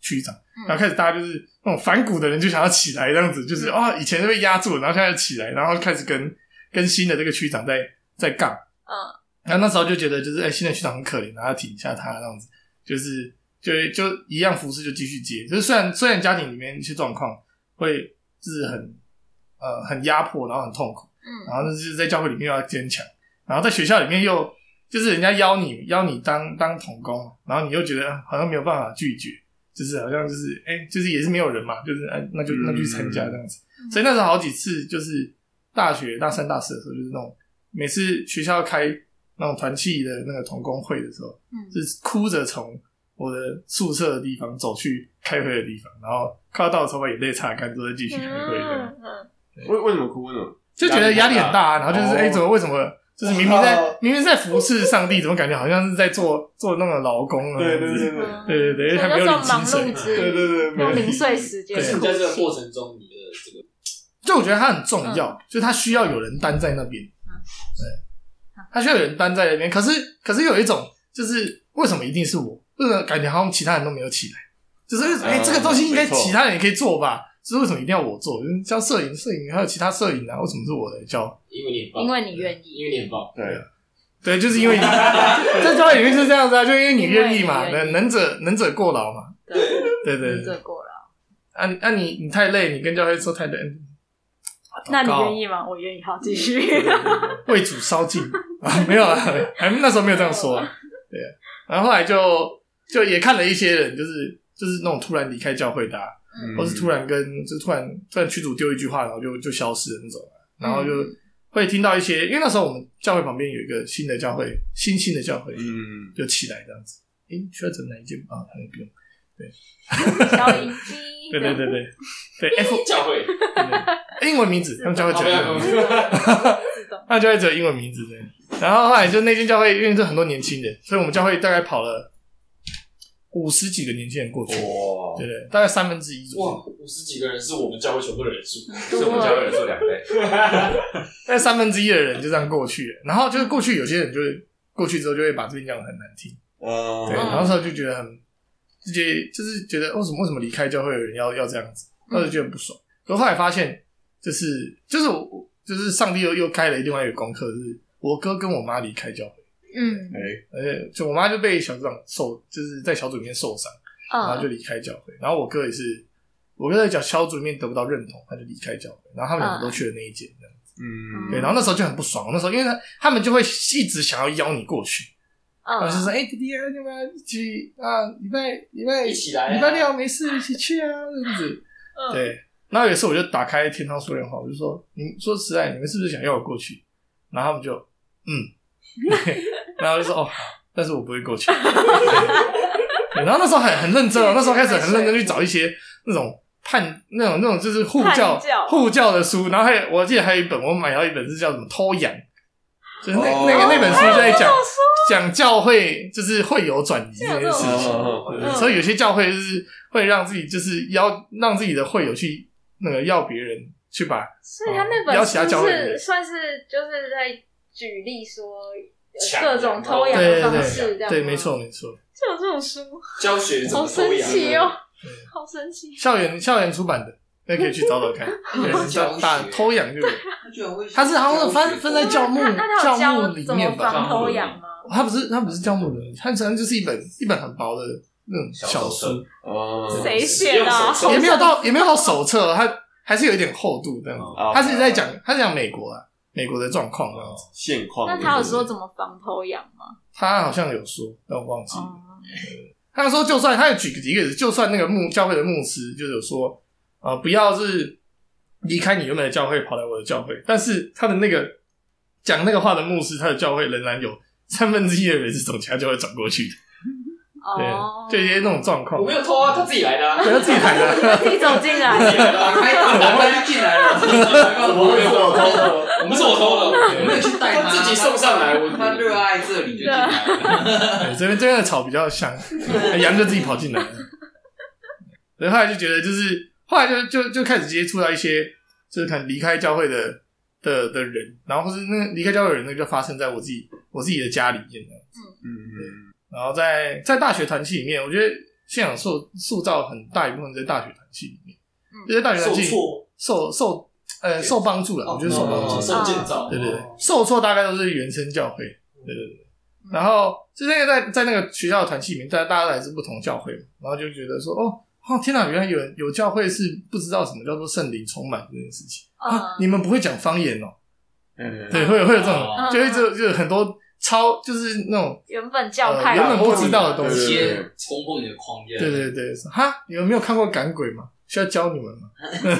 区长，然后开始大家就是那种反骨的人就想要起来这样子，就是啊、哦、以前就被压住了，然后现在起来，然后开始跟跟新的这个区长在在杠， 嗯， 然后那时候就觉得就是哎、欸、新的区长很可怜，然后挺一下他这样子，就是就就一样服侍就继续接，就是虽然虽然家庭里面一些状况会就是很呃很压迫，然后很痛苦，嗯，然后就是在教会里面又要坚强，然后在学校里面又就是人家邀你邀你当当同工，然后你又觉得好像没有办法拒绝，就是好像就是哎、欸、就是也是没有人嘛，就是哎、啊、那就那就去参加这样子，嗯，所以那时候好几次就是大学大三大四的时候，就是那种每次学校开那种团契的那个同工会的时候，嗯，就是哭着从我的宿舍的地方走去开会的地方，然后快要到的时候把眼泪擦干之后再继续开会这样。 为为什么哭？为什么？ 就觉得压力很大啊，然后就是哎、哦欸，怎么为什么就是明明在、哦、明明在服侍上帝，怎么感觉好像是在做做那种劳工啊？ 对对对对对对对，因为还没有领薪水， 对对对，没有零碎时间。 是在这个过程中，你的这个， 就我觉得它很重要，嗯，就是它需要有人担在那边，嗯，对，它需要有人担在那边。可是可是有一种就是为什么一定是我？就是感觉好像其他人都没有起来，就是哎、嗯欸，这个东西应该其他人也可以做吧？就是为什么一定要我做？就是像摄影，摄影还有其他摄影啊，为什么是我来教？ 因为你很棒， 因为你愿意， 因为你很棒， 对对，就是因为你在教会里面就是这样子啊，就因为你愿意嘛，能能者能者过劳嘛， 对对对，能者过劳。 啊啊你你太累，你跟教会说太累， 那你愿意吗？我愿意，好继续。 为主烧尽啊，没有啊，还那时候没有这样说啊，对。然后后来就就也看了一些人，就是就是那种突然离开教会的，啊嗯，或是突然跟就突然突然区主丢一句话，然后就就消失的那种，然后就会听到一些，因为那时候我们教会旁边有一个新的教会，新兴的教会，嗯，就起来这样子。诶，需要整哪一件啊？好像不用，对， 小音机， 对对对对对 ，F 教会， 对英文名字，他们教会只有英文名字，他们教会只有英文名字对。然后后来就那间教会，因为这很多年轻人，所以我们教会大概跑了五十几个年轻人过去，哇，对对，大概三分之一左右。 哇，五十几个人是我们教会全部的人数， 是我们教会人数两倍。 大概三分之一的人就这样过去了，然后就是过去有些人就会过去之后就会把这边讲得很难听，哦，对，然后那时候就觉得很，就觉得就是觉得为什么为什么离开教会的人要要这样子，那就觉得很不爽。可是后来发现，就是就是我就是上帝又又开了另外一个功课，就是我哥跟我妈离开教会。嗯，哎，而且就我妈就被小组长受，就是在小组里面受伤，嗯，然后就离开教会。然后我哥也是，我哥在小小组里面得不到认同，他就离开教会。然后他们两个都去了那一间，这样子。嗯，对。然后那时候就很不爽，那时候因为他他们就会一直想要邀你过去，嗯，然后就说：“哎，欸，弟弟啊，要不要一起啊？礼拜礼拜一起来， 礼拜六没事一起去啊，这样子。”嗯，对。然后有一次我就打开天堂说人话，我就说：“你们说实在，你们是不是想要我过去？”然后他们就嗯。然后就说哦，但是我不会过去。然后那时候很很认真哦，那时候开始很认真去找一些那种判那种那种就是护教护教的书，然后还有我记得还有一本我买到一本是叫什么偷羊，就是那、哦、那个那本书就在讲讲教会就是会有转移这件事情，哦，所以有些教会就是会让自己就是邀让自己的会友去那个要别人去把， 所以他那本书是算是就是在举例说各种偷羊的方式，这样对，没错没错， 就有这种书教学怎么偷羊， 好神奇哦，好神奇！ 校园校园出版的，那可以去找找看。对，打偷羊就有，他是好像分分在教牧教牧里面吧？ 防偷羊吗？ 他不是他不是教牧的，他可能就是一本一本很薄的那种小书哦。谁写的？ 也没有到也没有到手册，它还是有一点厚度这样子。他是在讲他是讲美国啊。美国的状况这样子， 现况。 那他有说怎么防偷羊吗？ 他好像有说，但我忘记了。哦，他说，就算他有举个几个例子，就算那个牧教会的牧师就是有说，呃，不要是离开你原本的教会跑来我的教会，但是他的那个讲那个话的牧师，他的教会仍然有三分之一的人是从其他教会转过去的。对，就一些那种状况。 我没有偷啊，他自己来的，啊， 对，他自己来的， 他自己走进来， 打开打开进来了，我没有偷，我不是我偷的，我没有去带他，自己送上来，他热爱这里就进来了。 对，这边这边的草比较香，羊就自己跑进来了。所以后来就觉得，就是后来就就就开始接触到一些，就是可能离开教会的的的人，然后或是那离开教会的人，那就发生在我自己我自己的家里面的。嗯嗯。然后在在大学团契里面，我觉得信仰塑塑造很大一部分在大学团契里面，这些大学团契受受呃受帮助了，我觉得受帮助， 受建造， 对对对，受挫大概都是原生教会，对对对。然后就那个在在那个学校的团契里面，大家大家来自不同教会嘛，然后就觉得说，哦哦，天哪，原来有有教会是不知道什么叫做圣灵充满这件事情啊！你们不会讲方言哦，嗯，对，会有会有这种，就会就就很多超就是那种原本教派、 呃、原本不知道的东西， 冲破你的框架。 对对对，哈，你们没有看过赶鬼吗？需要教你们吗？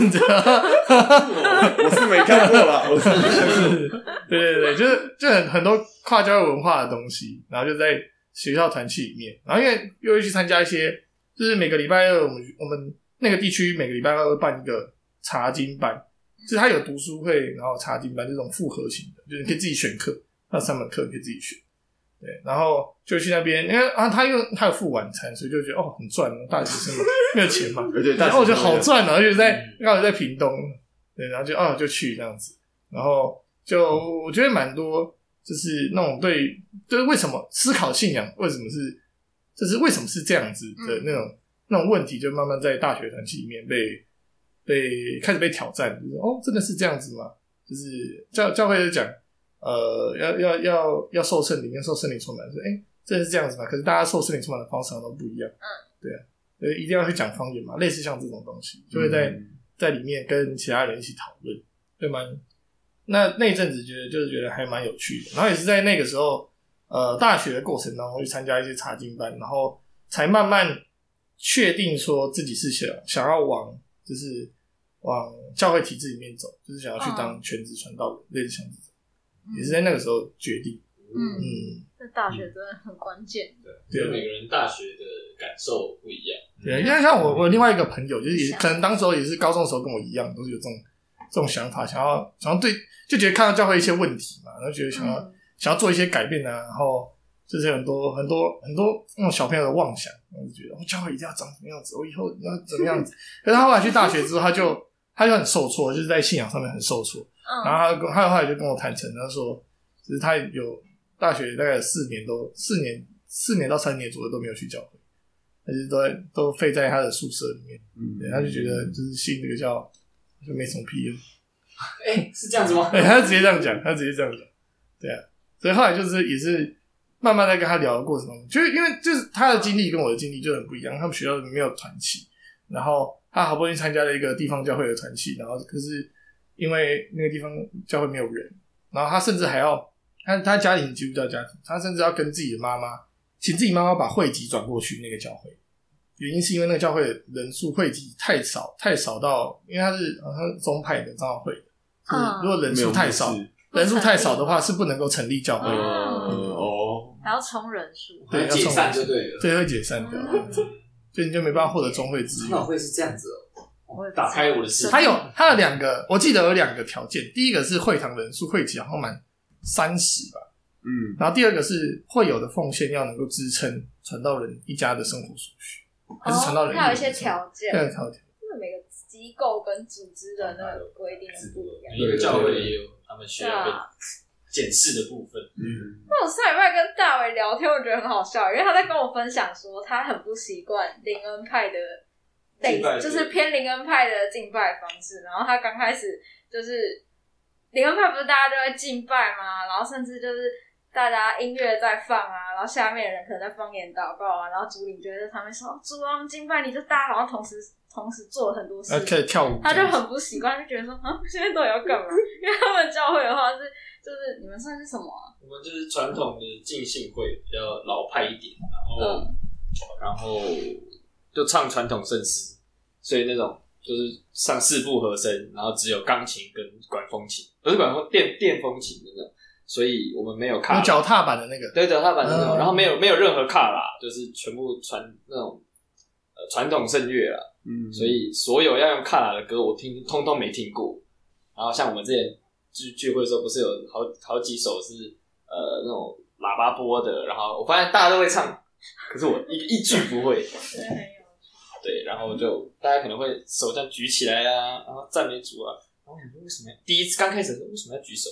我是没看过啦，我是对对对，就是就很很多跨教会文化的东西，然后就在学校团契里面，然后因为又会去参加一些，就是每个礼拜二我们我们那个地区每个礼拜二会办一个查经班，就是它有读书会，然后查经班这种复合型的，就是你可以自己选课，那三门课可以自己选。对，然后就去那边，因为啊，他因为他有付晚餐，所以就觉得哦很赚，大学生嘛没有钱嘛，然后我觉得好赚啊，而且在刚好在屏东，对，然后就哦就去这样子，然后就我觉得蛮多，就是那种对，就是为什么思考信仰，为什么是，就是为什么是这样子的那种、嗯、那种问题，就慢慢在大学团契里面被被开始被挑战，就是哦真的是这样子吗？就是教教会就讲。呃，要要要要受圣灵，要受圣灵充满，说，哎、欸，真的是这样子吗？可是大家受圣灵充满的方式都不一样，嗯，对啊，所以一定要去讲方言嘛，类似像这种东西，就会在、嗯、在里面跟其他人一起讨论，对蛮。那那一阵子觉得就是觉得还蛮有趣的，然后也是在那个时候，呃，大学的过程当中去参加一些查经班，然后才慢慢确定说自己是想想要往就是往教会体制里面走，就是想要去当全职传道人，类似像这种。也是在那个时候决定， 嗯嗯，这大学真的很关键， 对，就每个人大学的感受不一样， 对，因为像我我另外一个朋友，就是也可能当时候也是高中的时候跟我一样，都是有这种这种想法，想要想要对，就觉得看到教会一些问题嘛，然后觉得想要、嗯、想要做一些改变啊，然后就是很多很多很多那种小朋友的妄想，然后就觉得、哦、教会一定要长什么样子，我以后要怎么样子，可是他后来去大学之后，他就他就很受挫，就是在信仰上面很受挫。然后他他后来就跟我坦诚，他说，就是他有大学大概有四年都四年四年到三年左右都没有去教会，他就是都在都废在他的宿舍里面，嗯，对，他就觉得就是信这个教就没什么屁用。 哎、欸，是这样子吗？ 对，他就直接这样讲，他直接这样讲，对啊，所以后来就是也是慢慢在跟他聊的过程中，就是因为就是他的经历跟我的经历就很不一样，他们学校没有团契，然后他好不容易参加了一个地方教会的团契，然后可是。因为那个地方教会没有人，然后他甚至还要他他家里基督教家庭，他甚至要跟自己的妈妈请自己妈妈把会籍转过去那个教会，原因是因为那个教会的人数会籍太少，太少到因为他是好像宗派的长老会的，嗯，如果人数太少，人数太少的话是不能够成立教会的， 嗯哦，还要冲人数， 对，要解散就对了， 对，会解散掉，嗯、所以你就没办法获得宗会资源。 长老会是这样子哦。打开我的视野， 他有他的两个，我记得有两个条件。第一个是会堂人数会籍好像满三十吧，嗯，然后第二个是会有的奉献要能够支撑传道人一家的生活所需，还是传道人、 哦、他有一些条件， 对，条件。 那每个机构跟组织的那个规定是不一样， 每个教会也有他们需要被检视的部分。嗯， 那我上礼拜跟大伟聊天，我觉得很好笑，因为他在跟我分享说，他很不习惯灵恩派的。类就是偏灵恩派的敬拜方式，然后他刚开始就是灵恩派不是大家都会敬拜吗？然后甚至就是大家音乐在放啊，然后下面的人可能在方言祷告啊，然后主领就会在上面说主啊，我们敬拜你，就大家好像同时同时做了很多事， 可以跳舞， 他就很不习惯，就觉得说啊，现在到底要干嘛？因为他们教会的话是就是你们算是什么啊？ 我们就是传统的浸信会，比较老派一点，然后、嗯、然后就唱传统圣诗。所以那种就是上四部和声，然后只有钢琴跟管风琴，不是管风电电风琴的那种，所以我们没有卡， 有脚踏板的那个， 对，脚踏板的那种，嗯、然后没有没有任何卡啦，就是全部传那种呃传统圣乐啦，嗯，所以所有要用卡拉的歌，我听通通没听过。然后像我们之前聚聚会的时候，不是有好好几首是呃那种喇叭播的，然后我发现大家都会唱，可是我一一句不会。对，然后就大家可能会手这样举起来啊，然后赞美主啊。然后我说为什么要第一次刚开始的时候为什么要举手？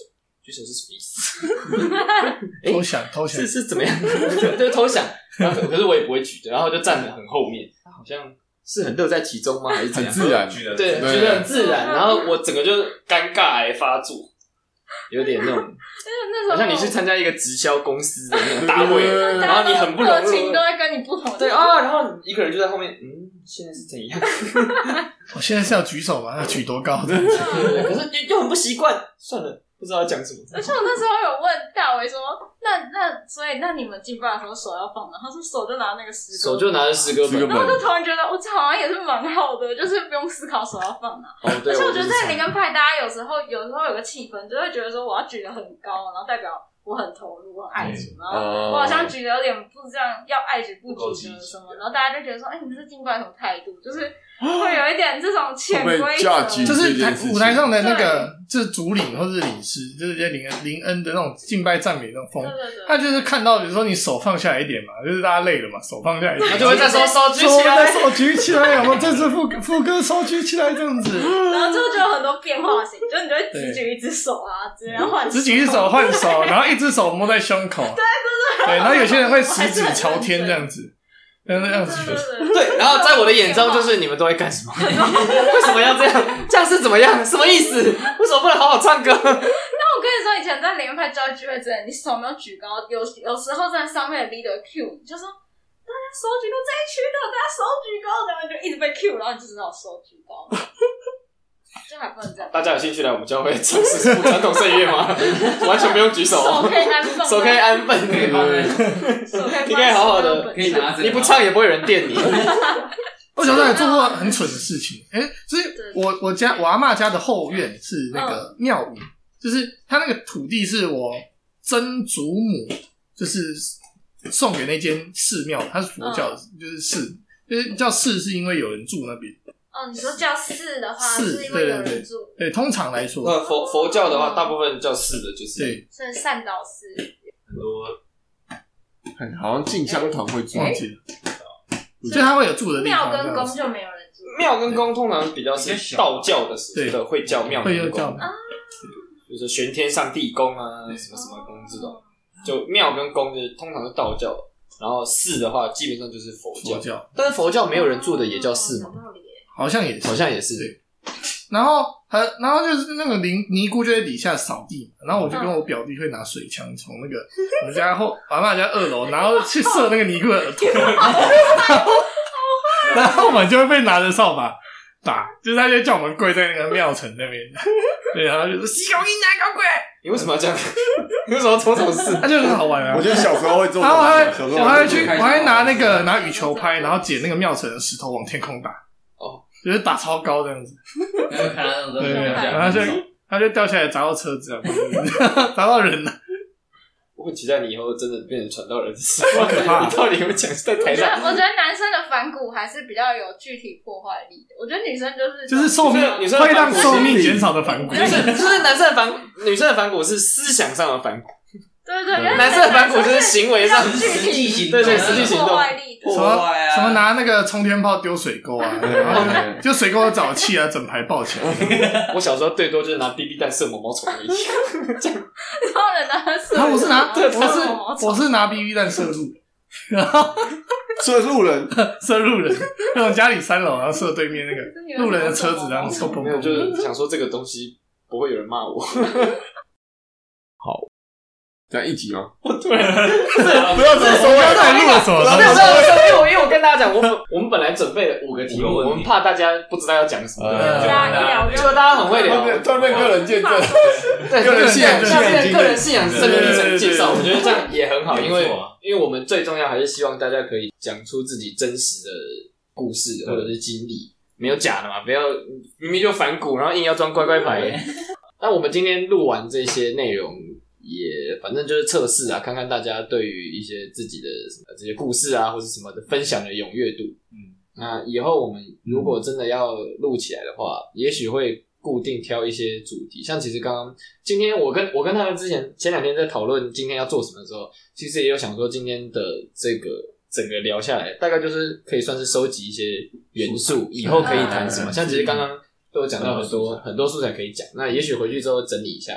举手是什么意思？ 偷想偷想是是怎么样？就是偷想，然后可是我也不会举的，然后就站得很后面，他好像是很乐在其中吗？还是怎样？ 很自然， 对，举得很自然，然后我整个就尴尬癌发作，有点那种。好像你去参加一个直销公司的那种大会，然后你很不融入， 情都会跟你不同的。 对啊，然后一个人就在后面，嗯，现在是怎样？ 我现在是要举手吗？要举多高？ 对对对，可是又很不习惯，算了，不知道要讲什么。 而且我那时候有问大维说，那那所以那你们敬拜的时候手要放哪？他说手就拿那个诗歌， 手就拿着诗歌本， 然后我就突然觉得，我这好像也是蛮好的，就是不用思考手要放哪。 哦，对。 而且我觉得在灵恩派，大家有时候有时候有个气氛，就会觉得说我要举得很高，然后代表我很投入、很爱主，然后我好像举得有点不这样，要爱举不举的什么，然后大家就觉得说，哎、欸，你这是敬拜什么态度？就是会有一点这种潜规则， 就是台舞台上的那个，就是主领或是领诗，就是这些灵恩灵恩的那种敬拜赞美那种风， 对对对， 他就是看到，比如说你手放下来一点嘛，就是大家累了嘛，手放下来一点， 他就会再说手举起来， 手举起来，有没有？这次副副歌手举起来这样子， 然后就就有很多变化型，就你就会只举一只手啊，只能换， 只举一手换手，然后一只手摸在胸口，对对对，对，然后有些人会十指朝天这样子。那样子对，然后在我的眼中就是你们都会干什么？为什么要这样？这样是怎么样？什么意思？为什么不能好好唱歌？ 那我跟你说，以前在灵恩派教会聚会之前，你手没有举高，有有时候在上面的 leader Q， 你就说大家手举高，这一区的大家手举高，然后就一直被 Q， 然后你就知道手举高。就还不能这样。 大家有兴趣来我们教会尝试传统圣乐吗？完全不用举手， 手可以安分， 手可以安分，可以放在，你可以好好的， 可以拿着， 你不唱也不会有人电你。 我小时候也做过很蠢的事情，哎、欸，所以我我家我阿嬷家的后院是那个庙宇，就是他那个土地是我曾祖母就是送给那间寺庙，它是佛教的，就是寺，就是叫寺是因为有人住那边。 哦，你说叫寺的话，是因为有人住。 对，通常来说， 呃，佛佛教的话，大部分叫寺的，就是对， 是善导寺， 很多，很好像进香团会住， 忘记了，所以他会有住的地方。 庙跟宫就没有人住， 庙跟宫通常比较是道教的时候会叫庙跟宫，就是玄天上帝宫啊，什么什么宫这种，就庙跟宫就是通常是道教，然后寺的话基本上就是佛教， 佛教但是佛教没有人住的也叫寺嘛。 好像也是， 好像也是。 对，然后还然后就是那个尼尼姑就在底下扫地嘛，然后我就跟我表弟会拿水枪从那个我们家后阿嬷家二楼，然后去射那个尼姑的耳朵，然后然后我们就会被拿着扫把打，就是他就叫我们跪在那个庙城那边，对，然后就说西狗阴男搞鬼。 你为什么要这样？你为什么要做这种事？ 他就很好玩啊！ 我觉得小时候会做， 然后我还小时候我还去我还拿那个拿羽球拍，然后捡那个庙城的石头往天空打。 哦， 就是打超高这样子， 看他那种对，然后就他就掉下来砸到车子啊，砸到人了。 我很期待你以後真的变成传道人， 好可怕！ 你到底会讲在台上？ 我觉得男生的反骨还是比较有具体破坏力的。我觉得女生就是就是寿命会让寿命减少的反骨， 就是就是男生的反骨，女生的反骨是思想上的反骨。 对对， 男生的反骨就是行为上具体行动，对对，实际行动。 什么什么拿那个冲天炮丢水沟啊，然后就水沟沼气啊，整排爆起来。 我小时候最多就是拿 B B 弹射毛毛虫而已。这样， 然后人拿射， 啊，我是拿我是我是拿 B B 弹射路，然后射路人， 射路人，那种家里三楼，然后射对面那个路人的车子，然后砰砰砰。 没有，就是想说这个东西不会有人骂我。好。 这样一集吗？ 我突然不要这么说，刚才录了什么？ 没有没有，因为我因为我跟大家讲，我们我们本来准备了五个题目，我们怕大家不知道要讲什么， 大家一聊结果大家很会聊， 突然变个人见证， 对， 个人信仰， 像变个人信仰生命历程介绍，我觉得这样也很好，因为因为我们最重要还是希望大家可以讲出自己真实的故事或者是经历，没有假的嘛，不要明明就反骨，然后硬要装乖乖牌。那我们今天录完这些内容。也反正就是测试啊，看看大家对于一些自己的什么这些故事啊，或者什么的分享的踊跃度。嗯，那以后我们如果真的要录起来的话，嗯、也许会固定挑一些主题。像其实刚刚今天我跟我跟他们之前前两天在讨论今天要做什么的时候，其实也有想说今天的这个整个聊下来，大概就是可以算是收集一些元素，以后可以谈什么。像其实刚刚都有讲到很多很多素材可以讲，那也许回去之后整理一下。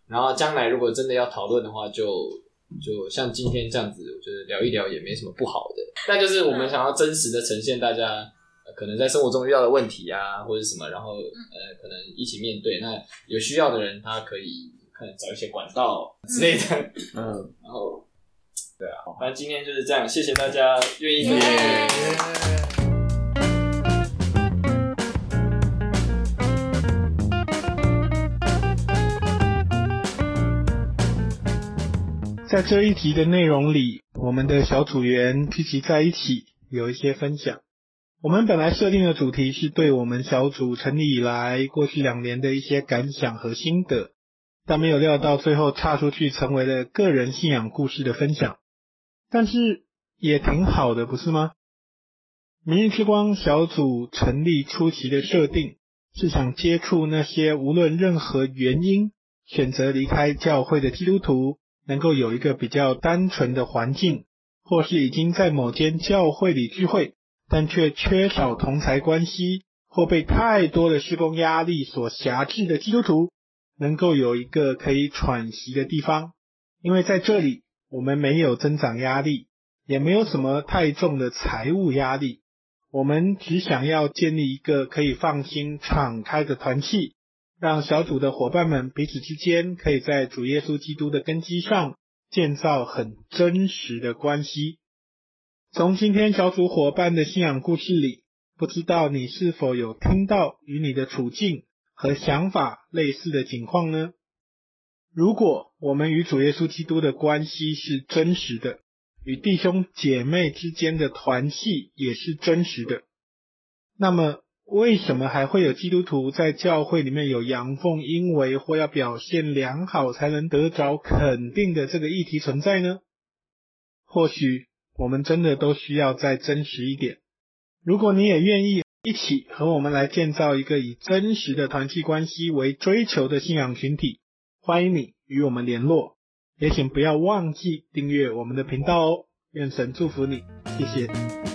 然后将来如果真的要讨论的话，就就像今天这样子，我觉得聊一聊也没什么不好的。但就是我们想要真实的呈现大家、呃、可能在生活中遇到的问题啊，或者什么，然后呃可能一起面对。那有需要的人，他可以可能找一些管道之类的，嗯，然后对啊，反正今天就是这样，谢谢大家愿意分享。 在这一集的内容里，我们的小组员聚集在一起，有一些分享。我们本来设定的主题是对我们小组成立以来过去两年的一些感想和心得，但没有料到最后岔出去成为了个人信仰故事的分享。但是也挺好的，不是吗？明日之光小组成立初期的设定是想接触那些无论任何原因选择离开教会的基督徒，能够有一个比较单纯的环境，或是已经在某间教会里聚会，但却缺少同侪关系，或被太多的事工压力所辖制的基督徒，能够有一个可以喘息的地方。因为在这里，我们没有增长压力，也没有什么太重的财务压力，我们只想要建立一个可以放心敞开的团契，让小组的伙伴们彼此之间可以在主耶稣基督的根基上建造很真实的关系。从今天小组伙伴的信仰故事里，不知道你是否有听到与你的处境和想法类似的情况呢？如果我们与主耶稣基督的关系是真实的，与弟兄姐妹之间的团契也是真实的，那么为什么还会有基督徒在教会里面有阳奉阴违或要表现良好才能得着肯定的这个议题存在呢？或许我们真的都需要再真实一点。如果你也愿意一起和我们来建造一个以真实的团契关系为追求的信仰群体，欢迎你与我们联络，也请不要忘记订阅我们的频道哦。愿神祝福你，谢谢。